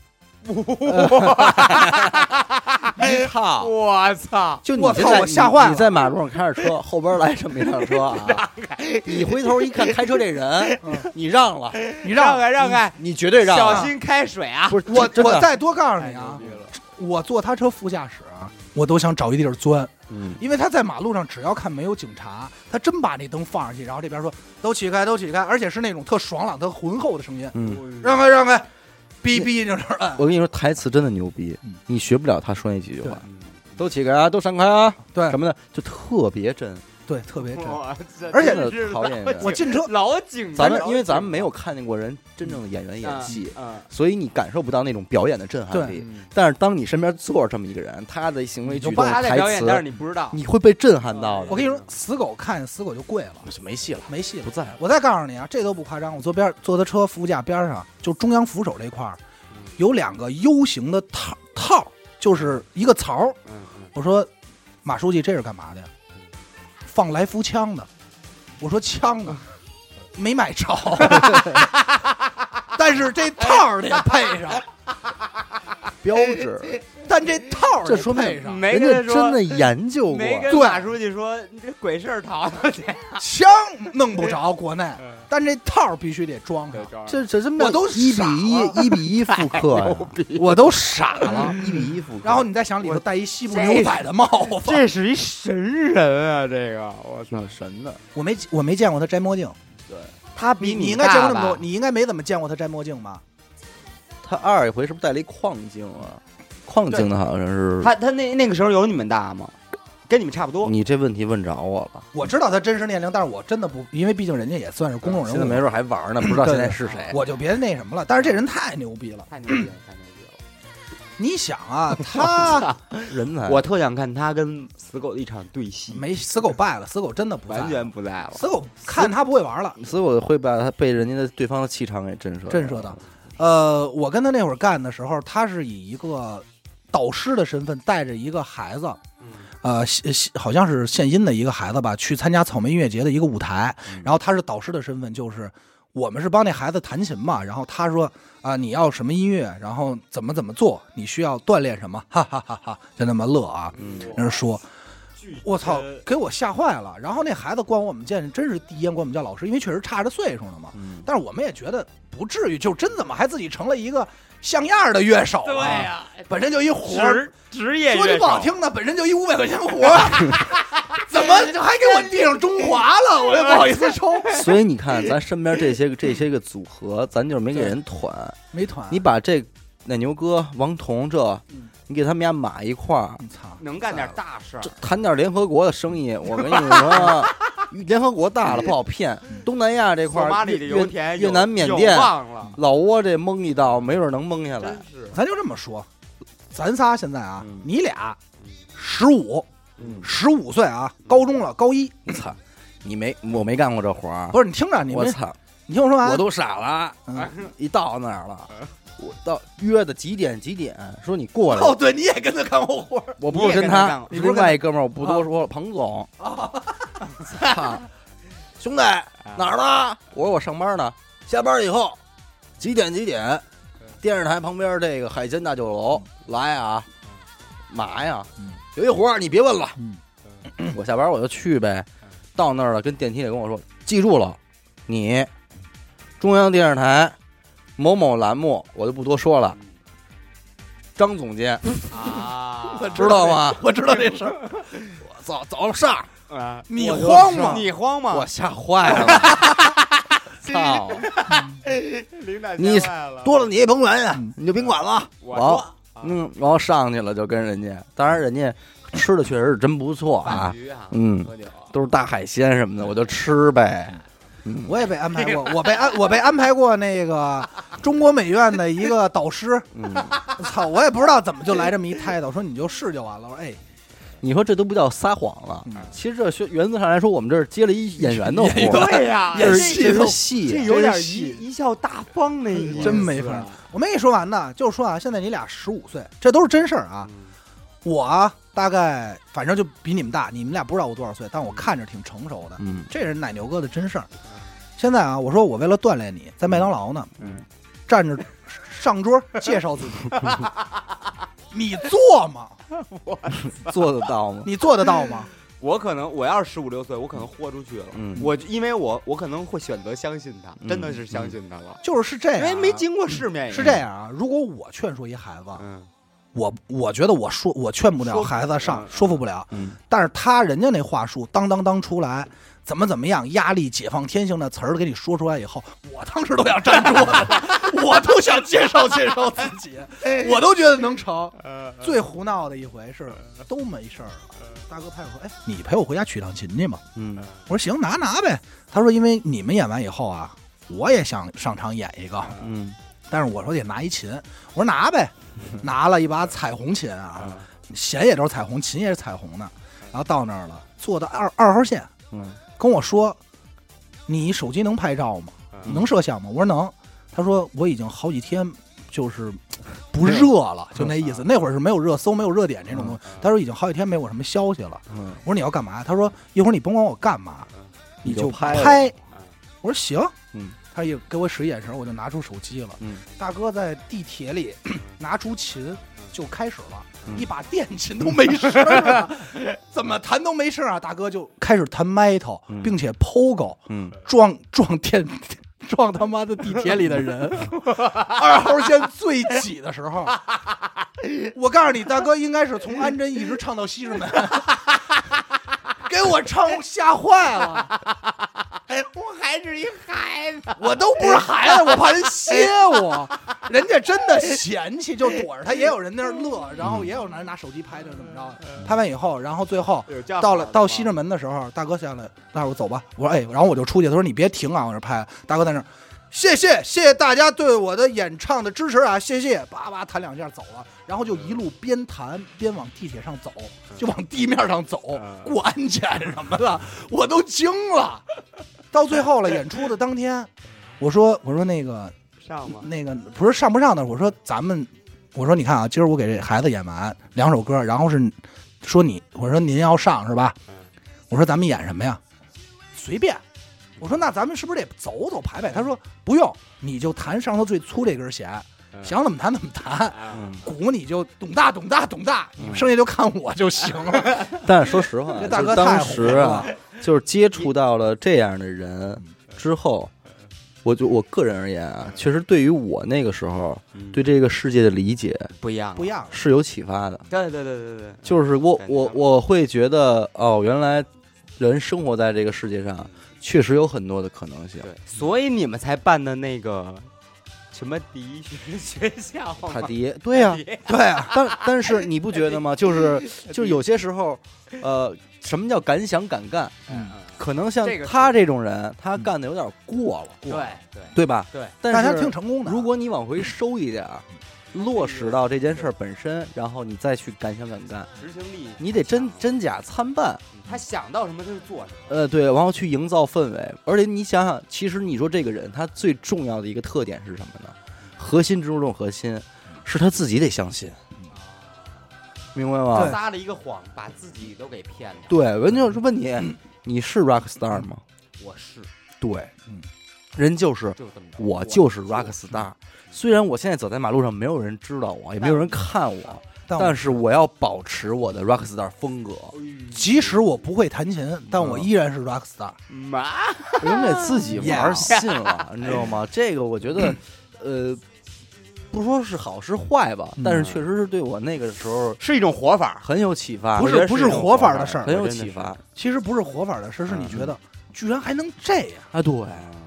一套， 我操！ 就你我操，我吓坏了！ 你在马路上开着车，后边来这么一辆车啊！你回头一看，开车这人，你让了， 你让开， 你绝对让。 小心开水啊！ 不是我再多告诉你啊，我坐他车副驾驶，我都想找一地儿钻，因为他在马路上，只要看没有警察，他真把那灯放上去，然后这边说都起开，而且是那种特爽朗、特浑厚的声音，让开。逼就是我跟你说，台词真的牛逼，你学不了他说那几句话，都起开啊，都闪开啊， 对什么的，就特别真， 对，特别真， 而且讨厌人。 我进车老警， 因为咱们没有看见过人真正的演员演戏，所以你感受不到那种表演的震撼力。但是当你身边坐着这么一个人，他的行为举动、台词， 但是你不知道， 你会被震撼到的。 我跟你说，死狗看死狗就跪了， 没戏了， 不在。我再告诉你啊，这都不夸张，我坐他车副驾边上，就中央扶手这块儿。有2个 U 型的套，就是一个槽。我说马书记这是干嘛的呀？放来福枪的。我说枪呢？没买着，但是这套得配上， 标志。 但这套这说明没人家真的研究过。 没跟马书记说你这鬼事逃出去， 枪弄不着国内，但这套必须得装上。 这么我都 1比1复刻， 我都傻了 ，1比1复刻。 然后你再想里头戴一西部牛仔的帽子， 这是一神人啊！这个我操， 神的！ 我没见过他摘墨镜。 对， 他比你应该见过那么多，你应该没怎么见过他摘墨镜吧？ 他2回是不是戴了一框镜啊？框镜的好像是他那个时候有你们大吗？跟你们差不多。 你这问题问着我了。 我知道他真实年龄，但是我真的不，因为毕竟人家也算是公众人物， 现在没准还玩呢，不知道现在是谁。 我就别那什么了。但是这人太牛逼了， 太牛逼了！ 你想啊，他人才， 我特想看他跟死狗的一场对戏。 没，死狗败了，死狗真的不在， 完全不在了。 死狗看他不会玩了， 死狗会把他被人家的对方的气场给震慑到。我跟他那会儿干的时候，他是以一个导师的身份带着一个孩子，好像是献音的一个孩子吧，去参加草莓音乐节的一个舞台。然后他是导师的身份，就是我们是帮那孩子弹琴嘛。然后他说你要什么音乐，然后怎么做，你需要锻炼什么，哈哈哈哈，就那么乐啊。那说，我操，给我吓坏了。然后那孩子管我们真是第一眼管我们叫老师，因为确实差着岁数呢嘛。但是我们也觉得不至于，就真怎么还自己成了一个像样的乐手啊？ 对呀， 本身就一活职业乐手， 说句不好听的，本身就一500块钱活，怎么就还给我递上中华了？我也不好意思抽。 所以你看，咱身边这些个组合，咱就是没给人团， 没团。 你把这奶牛哥、王彤你给他们家码一块儿， 能干点大事儿， 谈点联合国的生意。我跟你说，联合国大了不好骗，东南亚这块儿，越南、缅甸、老挝这蒙一道，没准能蒙下来。 咱就这么说，咱仨现在啊，你俩15岁啊，高中了，高一。 操，我没干过这活儿。 不是你听着， 我操， 你听我说完， 我都傻了。一到那儿了。我到约的几点？说你过来。 哦，对，你也跟他干过活。 我不是跟他，另外一哥们儿，我不多说了。彭总，操，兄弟哪儿呢？我说我上班呢。下班以后几点？电视台旁边这个海鲜大酒楼来啊，嘛呀？有一活儿你别问了。我下班我就去呗。到那儿了，跟电梯里跟我说，记住了，你中央电视台。某某栏目我就不多说了，张总监知道吗？ 我知道这事儿。 我早上你慌吗？ 你慌吗？ 我吓坏了。 操！ 你多了你也甭管呀，你就别管了。然后上去了就跟人家，当然人家吃的确实是真不错啊，都是大海鲜什么的，我就吃呗。 我也被安排过，我被安排过那个中国美院的一个导师。操，我也不知道怎么就来这么一态度，说你就试就完了。我说哎， 你说这都不叫撒谎了。其实这原则上来说，我们这是接了一演员的活。 对呀， 这是戏， 这有点贻笑大方那意思。 真没法。我没跟你说完呢，就是说啊，现在你俩15岁，这都是真事儿啊。我啊，大概反正就比你们大，你们俩不知道我多少岁，但我看着挺成熟的。这是奶牛哥的真事儿。现在啊，我说我为了锻炼你，在麦当劳呢，站着上桌介绍自己，你做吗？ 我做得到吗？ 你做得到吗？ 我可能我要是15、16岁，我可能豁出去了。因为我可能会选择相信他，真的是相信他了。 就是这样， 因为没经过世面。 是这样啊，如果我劝说一孩子，我觉得我劝不了孩子上，说服不了。但是人家那话术当出来，怎么样，压力解放天性的词儿给你说出来以后，我当时都想站桌子，我都想介绍自己，我都觉得能成。最胡闹的一回是都没事儿了，大哥拍我说：“哎，你陪我回家取趟琴去嘛。”我说：“行，拿呗。”他说：“因为你们演完以后啊，我也想上场演一个。”但是我说得拿一琴，我说拿呗，拿了一把彩虹琴啊，弦也都是彩虹，琴也是彩虹的。然后到那儿了，坐到二号线，跟我说：“你手机能拍照吗？能摄像吗？”我说能。他说：“我已经好几天就是不热了，就那意思。那会儿是没有热搜、没有热点这种东西。他说已经好几天没有什么消息了。我说你要干嘛？他说一会儿你甭管我干嘛，你就拍。我说行。他也给我使眼神，我就拿出手机了。大哥在地铁里拿出琴就开始了，一把电琴都没声啊，怎么弹都没声啊。大哥就开始弹 metal，并且 pogo，撞他妈的地铁里的人。2号线最挤的时候，我告诉你，大哥应该是从安贞一直唱到西直门，给我唱吓坏了。 我还是一孩子， 我都不是孩子，我怕人歇我，人家真的嫌弃，就躲着他，也有人在那乐，然后也有人拿手机拍的，怎么着？拍完以后，然后最后到西直门的时候，大哥下来，那我走吧。我说哎，然后我就出去，他说你别停啊，我这拍。大哥在那儿，谢谢大家对我的演唱的支持啊，谢谢，叭叭弹2下走了，然后就一路边弹边往地铁上走，就往地面上走，过安检什么的，我都惊了。到最后了，演出的当天，我说那个上吗？ 那个不是上不上的，我说你看啊，今儿我给这孩子演完2首歌，然后是说我说您要上是吧？我说咱们演什么呀？随便。我说那咱们是不是得走走排排？他说不用，你就弹上头最粗这根弦，想怎么弹怎么弹，鼓你就咚大，你剩下就看我就行了。 但是说实话， 这大哥当时啊，就是接触到了这样的人之后，我个人而言啊，确实对于我那个时候对这个世界的理解不一样， 是有启发的。 对， 就是我会觉得哦，原来人生活在这个世界上确实有很多的可能性。 对，所以你们才办的那个什么第一学校塔迪，对呀，但是你不觉得吗？就是有些时候，什么叫敢想敢干？可能像他这种人，他干的有点过了，对吧？ 对， 但是他挺成功的。 如果你往回收一点，落实到这件事本身，然后你再去敢想敢干， 执行力， 你得真假参半。 他想到什么就是做什么。 对，然后去营造氛围。而且你想想，其实你说这个人他最重要的一个特点是什么呢？核心之中的核心是他自己得相信，明白吗？ 撒了一个谎，把自己都给骗了。 对，人就是问你是 rock star 吗？ 我是。 对，人就是我就是 rock star。虽然我现在走在马路上，没有人知道我，也没有人看我，但是我要保持我的 rock star 风格。 即使我不会弹琴，但我依然是 rock star。 人得自己玩信了，你知道吗？这个我觉得，不说是好是坏吧，但是确实是对我那个时候是一种活法， 很有启发。 不是活法的事儿， 很有启发。 其实不是活法的事，是你觉得居然还能这样啊？对，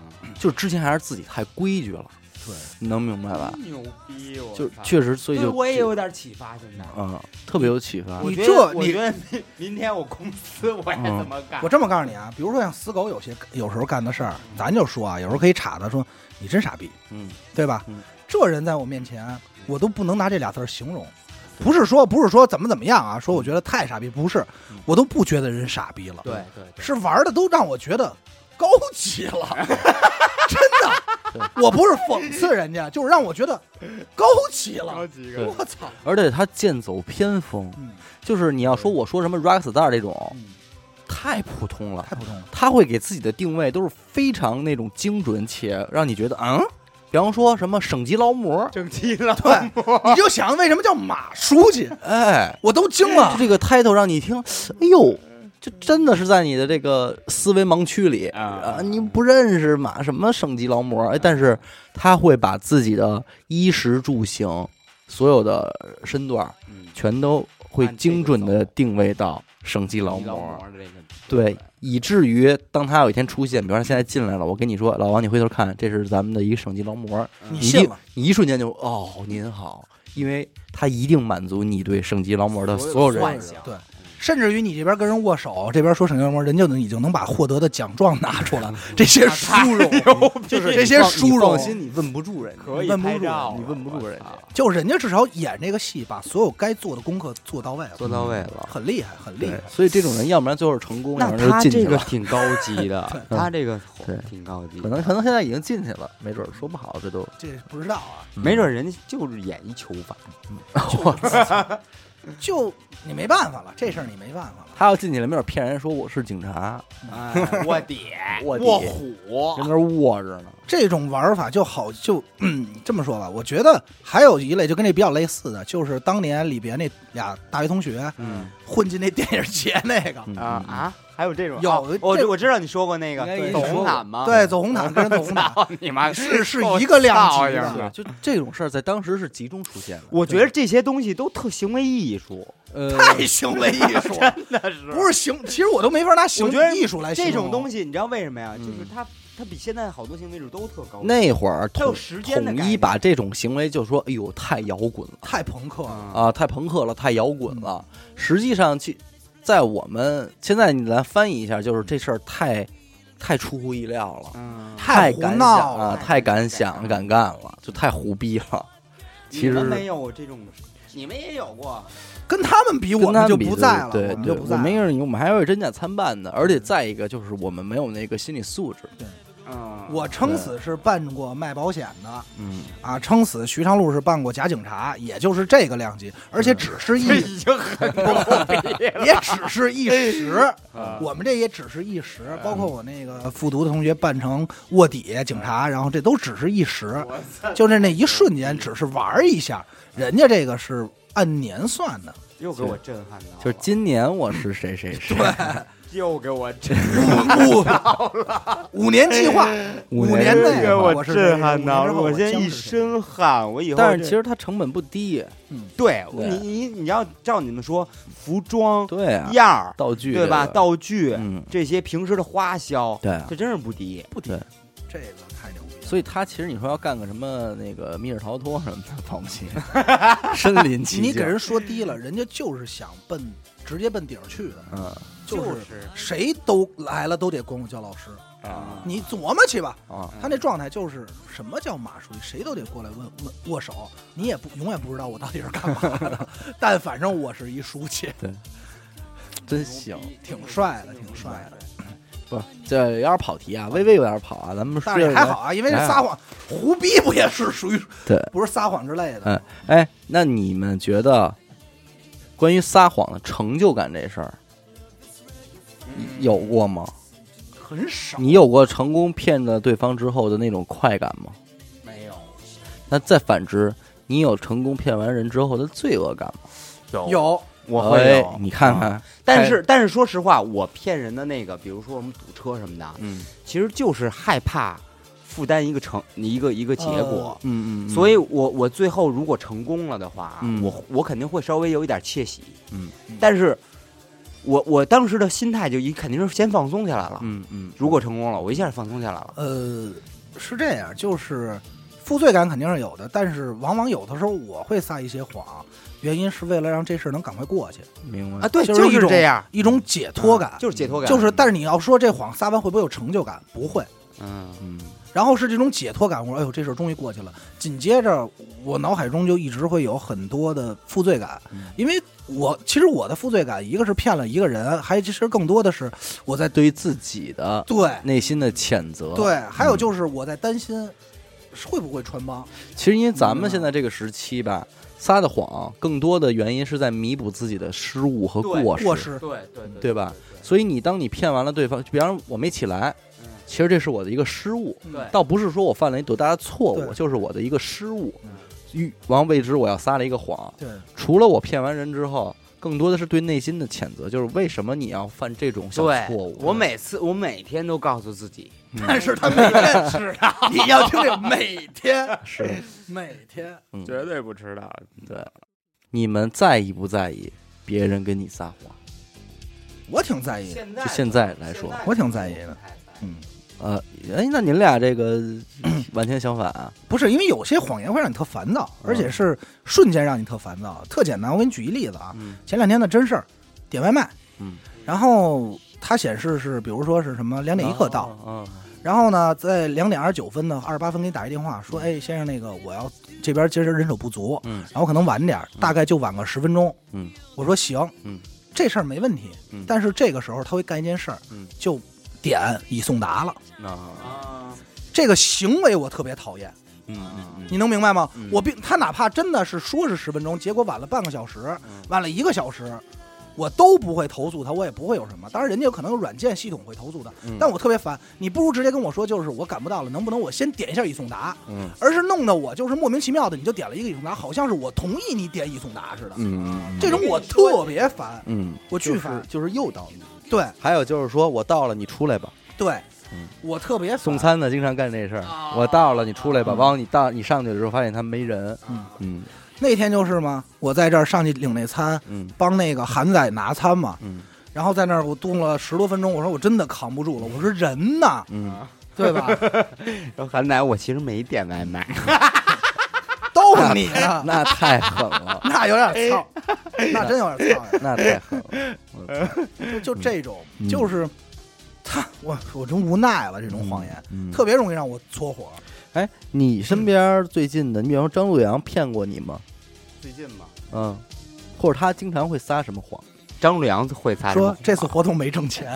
就是之前还是自己太规矩了。 对， 你能明白吧？ 牛逼！ 就确实，所以就我也有点启发，现在特别有启发。 我觉得明天我公司我也这么干。 我这么告诉你啊，比如说像死狗有时候干的事儿，咱就说啊，有时候可以插他说你真傻逼，对吧？这人在我面前，我都不能拿这俩字形容。不是说怎么样啊，说我觉得太傻逼，不是，我都不觉得人傻逼了。 对， 是玩的都让我觉得高级了，真的。我不是讽刺人家，就是让我觉得高级了。我操！ 而且他剑走偏锋，就是你要说我说什么 rockstar 这种，太普通了，他会给自己的定位都是非常那种精准且让你觉得比方说什么省级劳模， 省级劳模，对，你就想为什么叫马书记？ 哎， 我都惊了。 这个 title 让你听，哎呦，这真的是在你的这个思维盲区里啊！你不认识什么省级劳模，哎，但是他会把自己的衣食住行所有的身段，全都会精准的定位到省级劳模，对。以至于当他有一天出现，比方说现在进来了，我跟你说，老王，你回头看，这是咱们的一个省级劳模， 你信了， 你一瞬间就您好，因为他一定满足你对省级劳模的所有人想， 对，甚至于你这边跟人握手，这边说省级劳模，人就已经能把获得的奖状拿出来，这些殊荣，就是这些殊荣， 放心，你问不住人家， 可以问不住， 你问不住人家， 就人家至少演这个戏，把所有该做的功课做到位了， 很厉害，很厉害。 所以这种人，要不然最后是成功， 那他这个挺高级的，他这个挺高级， 可能现在已经进去了，没准说不好，这不知道啊， 没准人家就是演一囚犯，就你没办法了，这事儿你没办法了。 他要进去了，没准骗人说我是警察， 卧底、 卧虎， 跟那卧着呢。 这种玩法就好，这么说吧，我觉得还有一类就跟这比较类似的，就是当年里边那俩大学同学，混进那电影节那个还有这种我知道你说过那个走红毯吗？ 对，走红毯跟人走红毯， 你妈是一个量级的， 就这种事儿在当时是集中出现的。 我觉得这些东西都特行为艺术， 太行为艺术， 真的是不是其实我都没法拿行为艺术来形容这种东西，你知道为什么呀？就是它比现在好多行为艺术都特高。 那会儿它有时间的统一把这种行为就说，哎呦，太摇滚了， 太朋克了啊，太朋克了，太摇滚了。实际上在我们现在你来翻译一下，就是这事儿太出乎意料了，太敢想了，太敢想敢干了，就太胡逼了。其实没有这种，你们也有过。 跟他们比，我们就不在了。 对， 我们就不在。 我们还有真假参半的，而且再一个就是我们没有那个心理素质。 对，我撑死是办过卖保险的，撑死徐长路是办过假警察，也就是这个量级，而且只是已经很牛逼了， 也只是一时。我们这也只是一时，包括我那个复读的同学办成卧底警察，然后这都只是一时，就是那一瞬间，只是玩一下。人家这个是按年算的， 又给我震撼到， 就是今年我是谁， 对， 又给我震撼到了 ，5年计划，5年内给我震撼到了，我现在一身汗，我以后。 但是其实它成本不低， 对你要照你们说，服装对样道具对吧？道具这些平时的花销， 对， 这真是不低， 不低，这个太牛逼了。 所以他其实你说要干个什么那个密室逃脱什么的，放不起，身临其境。 你给人说低了，人家就是想直接奔顶去的，就是谁都来了都得管我叫老师你琢磨去吧他那状态就是什么叫马书记，谁都得过来问握手，你也永远不知道我到底是干嘛的，但反正我是一书记， 对，真行， 挺帅的，挺帅的。 不，这有点跑题啊，微微有点跑啊，咱们但是还好啊，因为撒谎、胡逼不也是属于对， 不是撒谎之类的。 哎，那你们觉得关于撒谎的成就感这事儿，有过吗？ 很少。 你有过成功骗了对方之后的那种快感吗？ 没有。 那再反之，你有成功骗完人之后的罪恶感吗？ 有。 我会有， 你看看， 但是说实话，我骗人的那个，比如说我们堵车什么的，其实就是害怕负担一个结果，所以我最后如果成功了的话，我肯定会稍微有一点窃喜，但是我当时的心态就肯定是先放松下来了，如果成功了，我一下放松下来了， 是这样，就是负罪感肯定是有的，但是往往有的时候我会撒一些谎，原因是为了让这事能赶快过去。 明白啊？对， 就是这样一种解脱感， 就是解脱感， 就是。但是你要说这谎撒完会不会有成就感？不会。然后是这种解脱感，我说哎呦，这事终于过去了。紧接着我脑海中就一直会有很多的负罪感，因为其实我的负罪感，一个是骗了一个人，还其实更多的是我在对于自己的对内心的谴责， 对，还有就是我在担心会不会穿帮。 其实因为咱们现在这个时期吧，撒的谎更多的原因是在弥补自己的失误和过失，对吧？所以当你骗完了对方，比方说我没起来。其实这是我的一个失误，倒不是说我犯了一多大的错误，就是我的一个失误。完为之我要撒了一个谎。 对， 除了我骗完人之后，更多的是对内心的谴责，就是为什么你要犯这种小错误？ 我每天都告诉自己， 但是他每天知道，你要听听，每天是每天， 绝对不知道。 对，你们在意不在意别人跟你撒谎？ 我挺在意， 就现在来说， 我挺在意的。 那你们俩这个完全相反啊？ 不是，因为有些谎言会让你特烦躁，而且是瞬间让你特烦躁。特简单，我给你举一例子啊。前2天的真事儿，点外卖，然后它显示是，比如说是什么2点1刻到，然后呢，在2点29分呢，28分给你打一电话说，哎，先生，那个我要这边今儿人手不足，然后可能晚点，大概就晚个10分钟。我说行，这事儿没问题。但是这个时候他会干一件事儿，就点已送达了。这个行为我特别讨厌。你能明白吗？他哪怕真的是说是10分钟，结果晚了半个小时，晚了1个小时，我都不会投诉他，我也不会有什么。当然人家有可能有软件系统会投诉的，但我特别烦。你不如直接跟我说，就是我赶不到了，能不能我先点一下已送达？而是弄得我就是莫名其妙的，你就点了一个已送达，好像是我同意你点已送达似的。这种我特别烦。我巨烦， 就是诱导你。 对， 还有就是说我到了，你出来吧。 对，我特别烦。 送餐的经常干这事儿。我到了，你出来吧。完了你上去的时候发现他没人。 那天就是嘛，我在这儿上去领那餐，帮那个韩仔拿餐嘛，然后在那儿我冻了10多分钟，我说我真的扛不住了，我说人呢，对吧？ 然后韩仔我其实没点外卖， 都是你呢， 那太狠了， 那有点操，那真有点操， 那太狠了， 就这种，就是我真无奈了，这种谎言特别容易让我搓火。 哎，你身边最近的，你比方说张陆阳骗过你吗？ 最近吗？ 或者他经常会撒什么谎？ 张陆阳会撒什么谎？ 说这次活动没挣钱。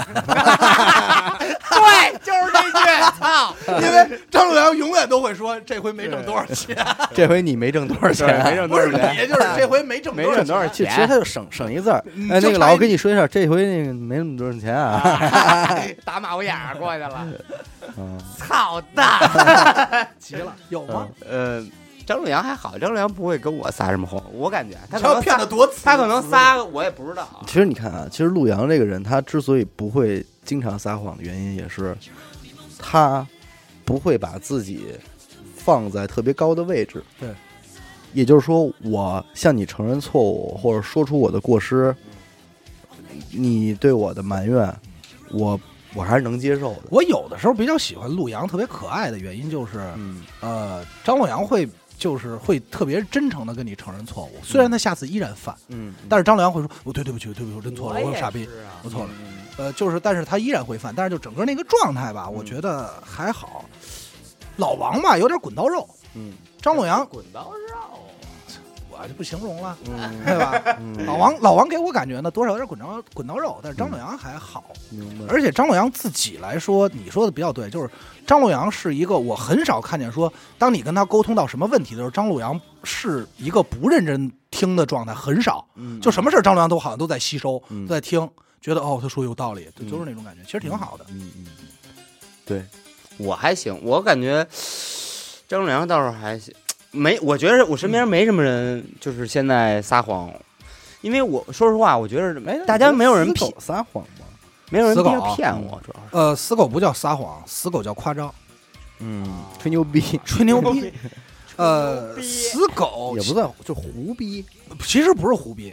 对，就是这句。操！ 因为张陆阳永远都会说这回没挣多少钱， 这回你没挣多少钱， 没挣多少钱， 也就是这回没挣多少钱。 其实他就省一字儿。哎，那个老跟你说一下，这回那个没那么多钱啊， 打马虎眼儿过去了。操蛋！ 急了，有吗？ 张陆阳还好，张陆阳不会跟我撒什么谎，我感觉他可能骗得多， 他可能撒我也不知道。 其实你看啊，其实陆阳这个人，他之所以不会经常撒谎的原因，也是他不会把自己放在特别高的位置。 对， 也就是说，我向你承认错误，或者说出我的过失，你对我的埋怨，我还是能接受的。 我有的时候比较喜欢陆阳，特别可爱的原因就是，张陆阳会特别真诚的跟你承认错误，虽然他下次依然犯，但是张陆阳会说，对不起，我真错了，我傻逼，我错了，但是他依然会犯，但是就整个那个状态吧，我觉得还好。老王吧，有点滚刀肉，张陆阳滚刀肉。 我就不形容了，对吧？老王给我感觉呢，多少有点滚刀肉，但是张陆阳还好。而且张陆阳自己来说，你说的比较对，就是张陆阳是一个我很少看见说，当你跟他沟通到什么问题的时候，张陆阳是一个不认真听的状态，很少。就什么事张陆阳都好像都在吸收，都在听，觉得他说有道理，就是那种感觉，其实挺好的。 对， 我还行，我感觉张陆阳倒是还行。我觉得我身边没什么人就是现在撒谎，因为我说实话，我觉得大家没有人撒谎吗？ 没有人骗我，主要是死狗不叫撒谎，死狗叫夸张， 吹牛逼， 死狗也不算，就胡逼。 其实不是胡逼，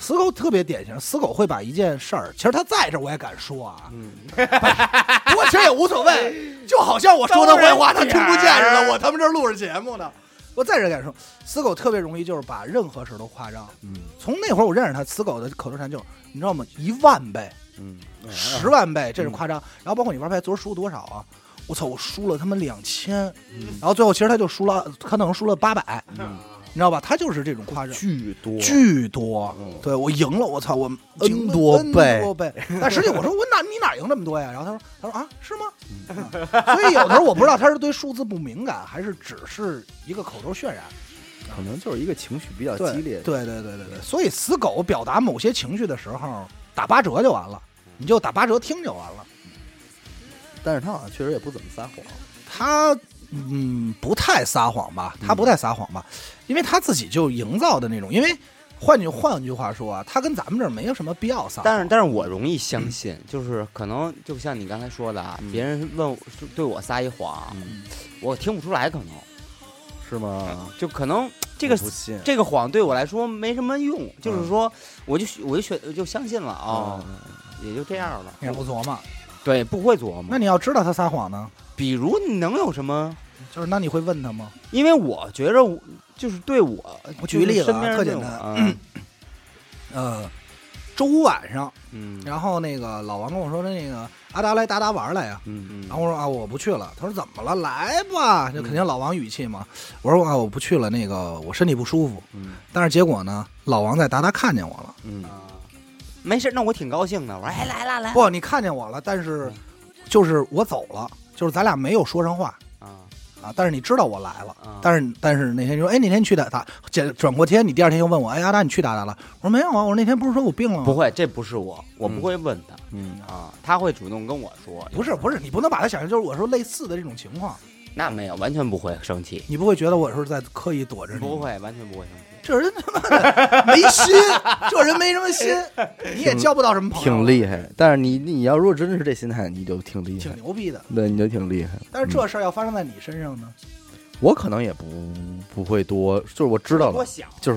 死狗特别典型，死狗会把一件事儿，其实他在这我也敢说啊，不过其实也无所谓，就好像我说的坏话他听不见似的，我他妈这录着节目呢。我在这敢说，死狗特别容易就是把任何事都夸张。从那会儿我认识他，死狗的口头禅就是你知道吗？10000倍，10万倍，这是夸张。然后包括你玩牌，昨儿输多少啊？我操，我输了他妈2000，然后最后其实他就输了，他可能输了800。你知道吧？他就是这种夸张，巨多。对我赢了，我操，我 N 多倍。 但实际我说你哪赢这么多呀？然后他说啊，是吗？所以有的时候我不知道他是对数字不敏感，还是只是一个口头渲染， 可能就是一个情绪比较激烈。 对。所以死狗表达某些情绪的时候，打8折就完了，你就打8折听就完了。 但是他好像确实也不怎么撒谎。 他不太撒谎吧？因为他自己就营造的那种，因为换句话说啊，他跟咱们这儿没有什么必要撒谎。 但是我容易相信，就是可能就像你刚才说的啊，别人问对我撒一谎，我听不出来，可能是吗？ 就可能这个谎对我来说没什么用，就是说我就相信了啊，也就这样了， 也不琢磨。 对，不会琢磨。 那你要知道他撒谎呢？ 比如你能有什么？ 就是那你会问他吗？ 因为我觉着就是对我举个例子啊，特简单。周五晚上，然后那个老王跟我说那个阿达来达达玩来呀，然后我说啊我不去了，他说怎么了？来吧，就肯定老王语气嘛。我说啊我不去了，那个我身体不舒服。但是结果呢，老王在达达看见我了。 没事，那我挺高兴的。我说哎来， 不，你看见我了，但是就是我走了，就是咱俩没有说上话。但是你知道我来了，但是那天就说，哎，那天去达达，转过天，你第2天又问我，哎，阿达你去达达了？我说没有啊，我说那天不是说我病了吗？ 不会，这不是我不会问他，他会主动跟我说。 不是，你不能把他想象就是我说类似的这种情况。 那没有，完全不会生气。 你不会觉得我是在刻意躲着你？ 不会，完全不会生气。 这人他妈的没心，这人没什么心，你也交不到什么朋友。 挺厉害，但是你要如果真的是这心态，你就挺厉害， 挺牛逼的。 对，你就挺厉害。 但是这事儿要发生在你身上呢？ 我可能也不会多，就是我知道了，就是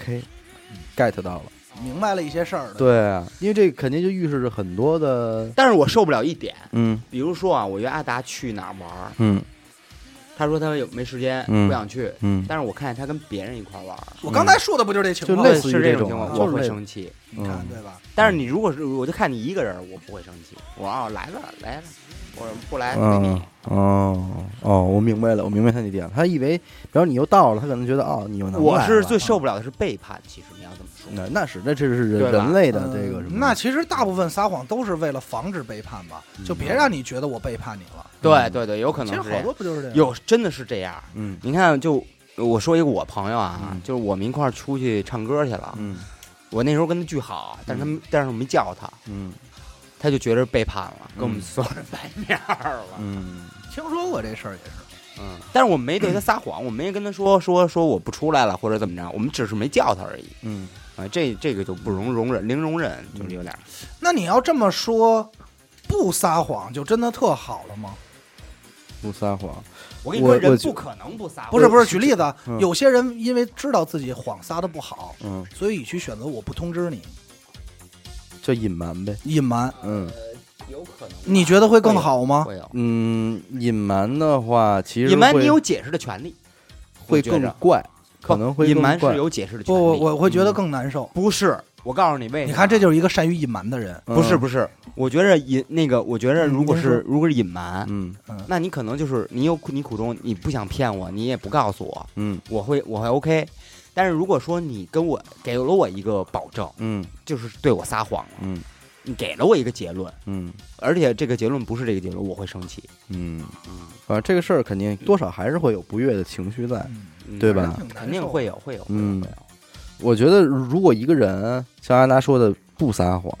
OK，get 到了， 明白了一些事儿。 对啊，因为这肯定就预示着很多的。 但是我受不了一点，比如说啊，我约阿达去哪儿玩，他说他没时间，不想去，但是我看见他跟别人一块玩。 我刚才说的不就是这情况？ 就类似于这种情况，我会生气。 你看对吧？ 但是你如果是我就看你一个人，我不会生气。我说来了，我说不来给你。 我明白了，我明白他那点。他以为，然后你又到了，他可能觉得你又能来了。 我是最受不了的是背叛，其实你要这么说， 那这是人类的这个什么？ 那其实大部分撒谎都是为了防止背叛吧，就别让你觉得我背叛你了。 对，有可能是。 其实好多不就是这样？ 真的是这样。你看，就我说一个我朋友啊，就是我们一块儿出去唱歌去了。我那时候跟他巨好，但是我没叫他。他就觉得背叛了，跟我们所有人掰面了。 听说过这事儿也是。 但是我没对他撒谎，我没跟他说我不出来了或者怎么着，我们只是没叫他而已。这个就不容忍，零容忍就是有点。 那你要这么说，不撒谎就真的特好了吗？ 不撒谎， 我跟你说，人不可能不撒谎。 不是，举例子，有些人因为知道自己谎撒的不好，所以去选择我不通知你。 就隐瞒呗， 隐瞒， 有可能。 你觉得会更好吗？ 会有， 隐瞒的话，其实隐瞒你有解释的权利， 会更怪，可能会隐瞒是有解释的权利。 我会觉得更难受。 不是，我告诉你为什么？ 你看，这就是一个善于隐瞒的人。 不是，我觉着我觉着如果是隐瞒，那你可能就是你苦衷，你不想骗我，你也不告诉我，我会 OK。但是如果说你给了我一个保证，就是对我撒谎了，你给了我一个结论，而且这个结论不是这个结论，我会生气， 反正这个事儿肯定多少还是会有不悦的情绪在，对吧？ 肯定会有， 我觉得如果一个人像安达说的不撒谎，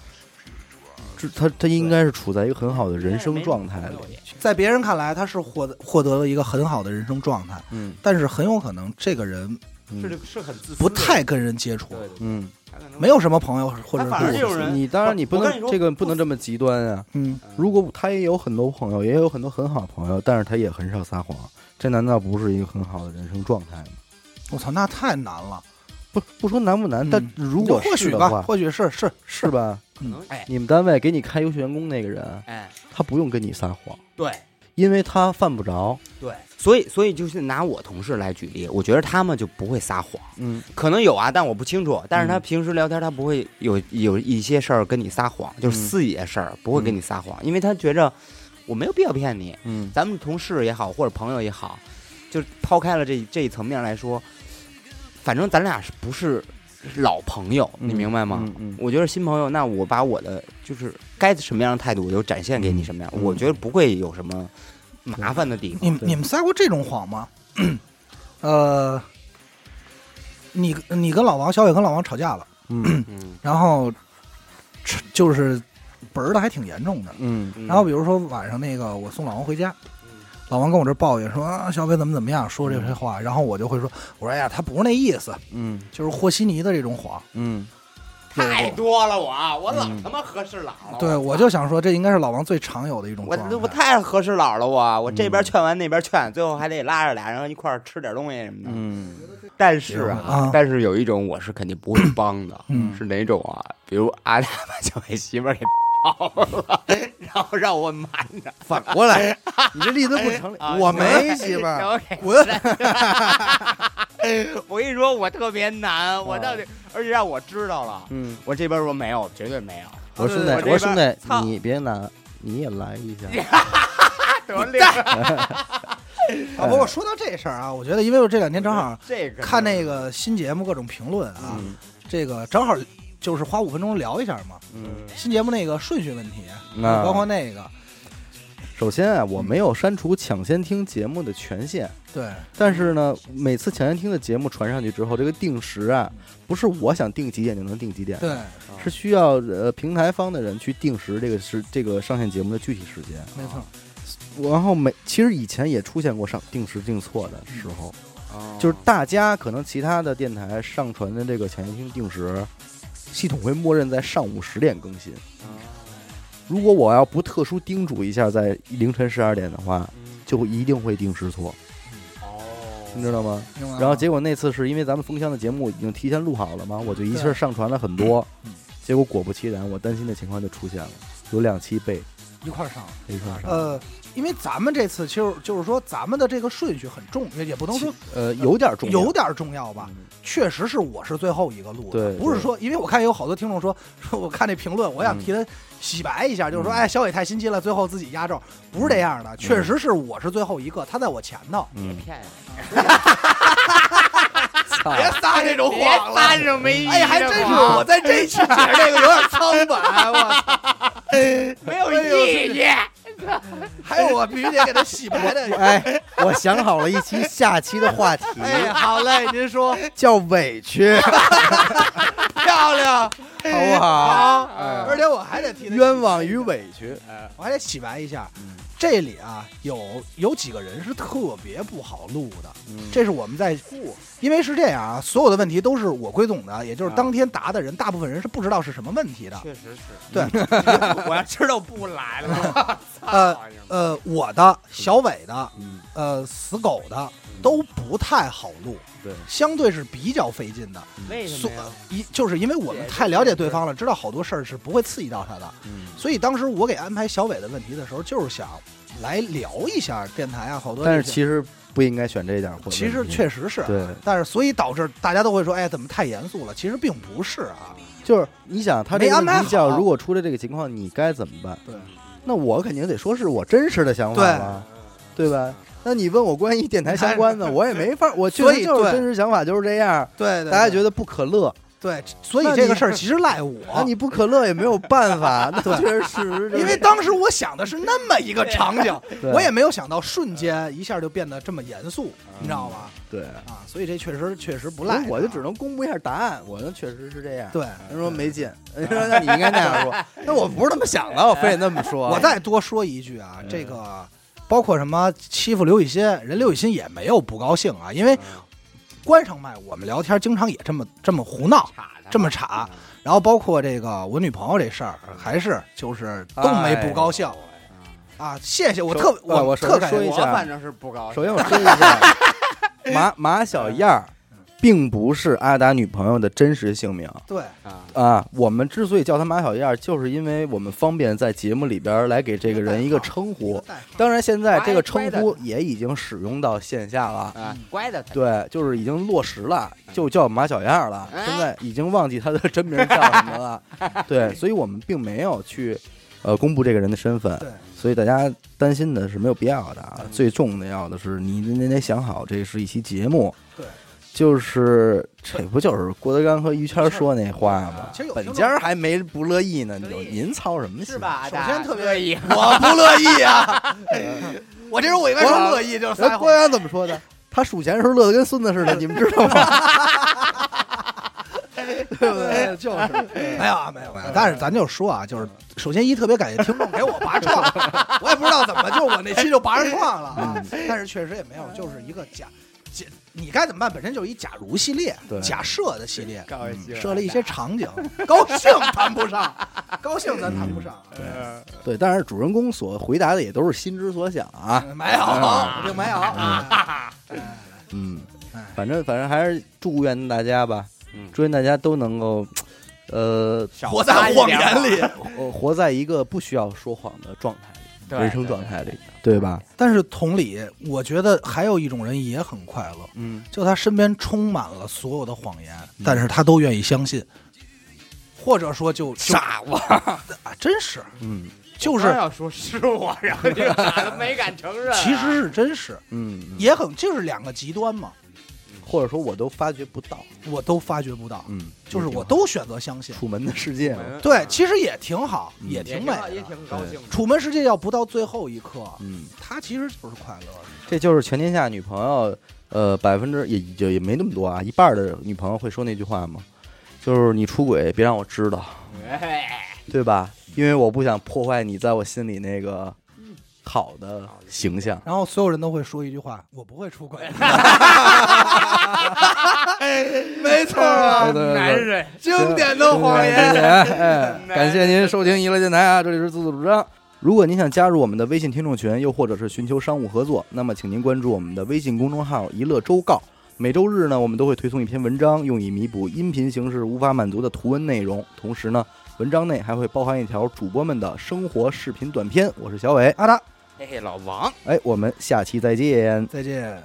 他应该是处在一个很好的人生状态里， 在别人看来他是获得了一个很好的人生状态，但是很有可能这个人是很自私， 不太跟人接触，没有什么朋友或者反正这种人， 你当然你不能这个不能这么极端啊。如果他也有很多朋友，也有很多很好朋友，但是他也很少撒谎，这难道不是一个很好的人生状态吗？ 我操，那太难了。 不说难不难，但如果或许吧，或许是吧？ 可能你们单位给你开优秀员工那个人，他不用跟你撒谎， 对， 因为他犯不着， 对，所以就是拿我同事来举例，我觉得他们就不会撒谎，可能有啊，但我不清楚。但是他平时聊天，他不会有一些事儿跟你撒谎，就是私底下事儿不会跟你撒谎，因为他觉着我没有必要骗你。咱们同事也好，或者朋友也好，就抛开了这一层面来说，反正咱俩不是老朋友，你明白吗？我觉得新朋友，那我把我的就是该什么样的态度，我就展现给你什么样，我觉得不会有什么麻烦的地方。 你们撒过这种谎吗？你跟老王，小伟跟老王吵架了，然后就是本儿的还挺严重的，然后比如说晚上那个我送老王回家。老王跟我这抱怨说啊，小伟怎么样，说这些话，然后我就会说，我说哎呀，他不是那意思，就是和稀泥的这种谎， 太多了，我老他妈和事佬了。 对，我就想说，这应该是老王最常有的一种状态。 我太和事佬了，我这边劝完那边劝，最后还得拉着俩人一块儿吃点东西什么的。但是有一种我是肯定不会帮的，是哪种啊？比如阿达把小伟媳妇儿给跑了，然后让我瞒着。 反过来，你这例子不成立。我没媳妇儿，滚！ 我跟你说，我特别难，我到底，而且让我知道了，我这边说没有，绝对没有。 我说兄弟，你别难，你也来一下。 得令。 不过说到这事儿啊，我觉得因为我这2天正好看那个新节目各种评论啊，这个正好就是花5分钟聊一下嘛。新节目那个顺序问题，包括那个。 首先啊，我没有删除抢先听节目的权限。 对， 但是呢，每次抢先听的节目传上去之后，这个定时啊，不是我想定几点就能定几点， 对， 是需要平台方的人去定时这个上线节目的具体时间。 没错。 然后其实以前也出现过定时定错的时候，就是大家可能其他的电台上传的这个抢先听定时，系统会默认在上午10点更新。如果我要不特殊叮嘱一下，在凌晨12点的话，就一定会定时错。你知道吗？然后结果那次是因为咱们封箱的节目已经提前录好了嘛，我就一气上传了很多，结果果不其然，我担心的情况就出现了，有2期被一块上。因为咱们这次其实就是说咱们的这个顺序很重，也不能说有点重要吧。确实是我是最后一个录的，不是说因为我看有好多听众说我看那评论，我想替他洗白一下，就是说哎，小伟太心机了，最后自己压轴，不是这样的，确实是我是最后一个，他在我前头。 别骗人！别撒这种谎了， 撒这种没意义。 哎，还真是我在这期解释这个有点苍白，我没有意义。 还有我必须得给他洗白的。 哎，我想好了一期下期的话题。 哎，好嘞，您说叫委屈， 漂亮， 好不好？ 而且我还得替他冤枉与委屈， 我还得洗白一下。这里啊，有几个人是特别不好录的，这是我们在因为是这样啊，所有的问题都是我归总的，也就是当天答的人，大部分人是不知道是什么问题的。 确实是， 对， 我要知道不来了。 我的、小伟的、死狗的都不太好录， 对， 相对是比较费劲的。 为什么呀？ 就是因为我们太了解对方了，知道好多事儿是不会刺激到他的。所以当时我给安排小伟的问题的时候，就是想来聊一下电台啊，好多。 但是其实不应该选这点。 其实确实是， 对。 但是所以导致大家都会说，哎，怎么太严肃了？其实并不是啊， 就是你想他这个问题叫，如果出了这个情况，你该怎么办？ 对。 那我肯定得说是我真实的想法了，对吧？那你问我关于电台相关的，我也没法，我确实就是真实想法就是这样。 对， 大家觉得不可乐。 对，所以这个事儿其实赖我。 那你不可乐也没有办法，那确实是。 因为当时我想的是那么一个场景，我也没有想到瞬间一下就变得这么严肃，你知道吗？ 对啊，所以这确实不赖。 我就只能公布一下答案，我呢确实是这样。 对， 他说没劲，那你应该那样说。那我不是那么想的，我非得那么说。 我再多说一句啊，这个包括什么欺负刘雨欣，人刘雨欣也没有不高兴啊，因为。关上麦，我们聊天经常也这么胡闹，这么岔，然后包括这个我女朋友这事儿，还是就是都没不高兴啊。谢谢，我特说一下， 我反正是不高兴。 首先我说一下，马小燕儿并不是阿达女朋友的真实姓名。 对啊，我们之所以叫她马小燕，就是因为我们方便在节目里边来给这个人一个称呼。当然，现在这个称呼也已经使用到线下了。 乖的， 对，就是已经落实了，就叫马小燕了。现在已经忘记她的真名叫什么了。对，所以我们并没有去公布这个人的身份。 对， 所以大家担心的是没有必要的啊。最重要的是你得想好，这是一期节目。 对。 就是这不就是郭德纲和于谦说那话吗？本家还没不乐意呢，您操什么心？ 是吧？ 首先特别乐意， 我不乐意啊！ 我这时候我应该说乐意，就是郭德纲怎么说的？他数钱的时候乐得跟孙子似的，你们知道吗？对不对？就是没有。但是咱就说啊，就是首先特别感谢听众给我拔创，我也不知道怎么就我那期就拔上创了啊。但是确实也没有，就是一个你该怎么办？本身就是一假如系列，假设的系列，设了一些场景，高兴谈不上，高兴咱谈不上。 对，但是主人公所回答的也都是心之所想啊， 没有，并没有。 反正还是祝愿大家吧，祝愿大家都能够， 活在谎言里， 活在一个不需要说谎的状态里，人生状态里。对吧？ 但是同理，我觉得还有一种人也很快乐，就他身边充满了所有的谎言，但是他都愿意相信，或者说就傻了啊，真是，就是要说是我，然后这个傻子没敢承认， 其实是真是，也很就是两个极端嘛。 或者说我都发觉不到， 就是我都选择相信。 楚门的世界， 对，其实也挺好，也挺美， 也挺高兴。 楚门世界要不到最后一刻，他其实就是快乐的。 这就是全天下女朋友，50%也没那么多啊，一半的女朋友会说那句话吗？就是你出轨别让我知道，对吧？因为我不想破坏你在我心里那个好的形象。 然后所有人都会说一句话：我不会出轨。没错啊， 男人经典的谎言。 感谢您收听娱乐电台啊，这里是自作主张。如果您想加入我们的微信听众群，又或者是寻求商务合作，那么请您关注我们的微信公众号娱乐周告。每周日呢，我们都会推送一篇文章，用以弥补音频形式无法满足的图文内容。同时呢，文章内还会包含一条主播们的生活视频短片。我是小伟， 阿达， 嘿嘿，老王， 我们下期再见， 再见。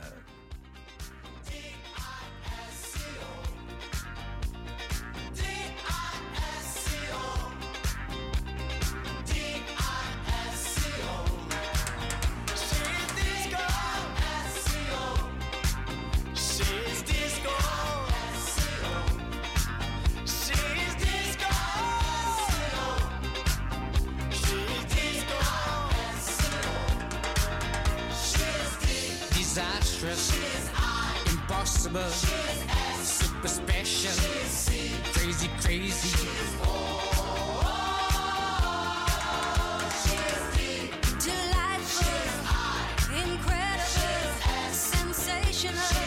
Impossible, super special, crazy, crazy. Delightful, incredible, sensational.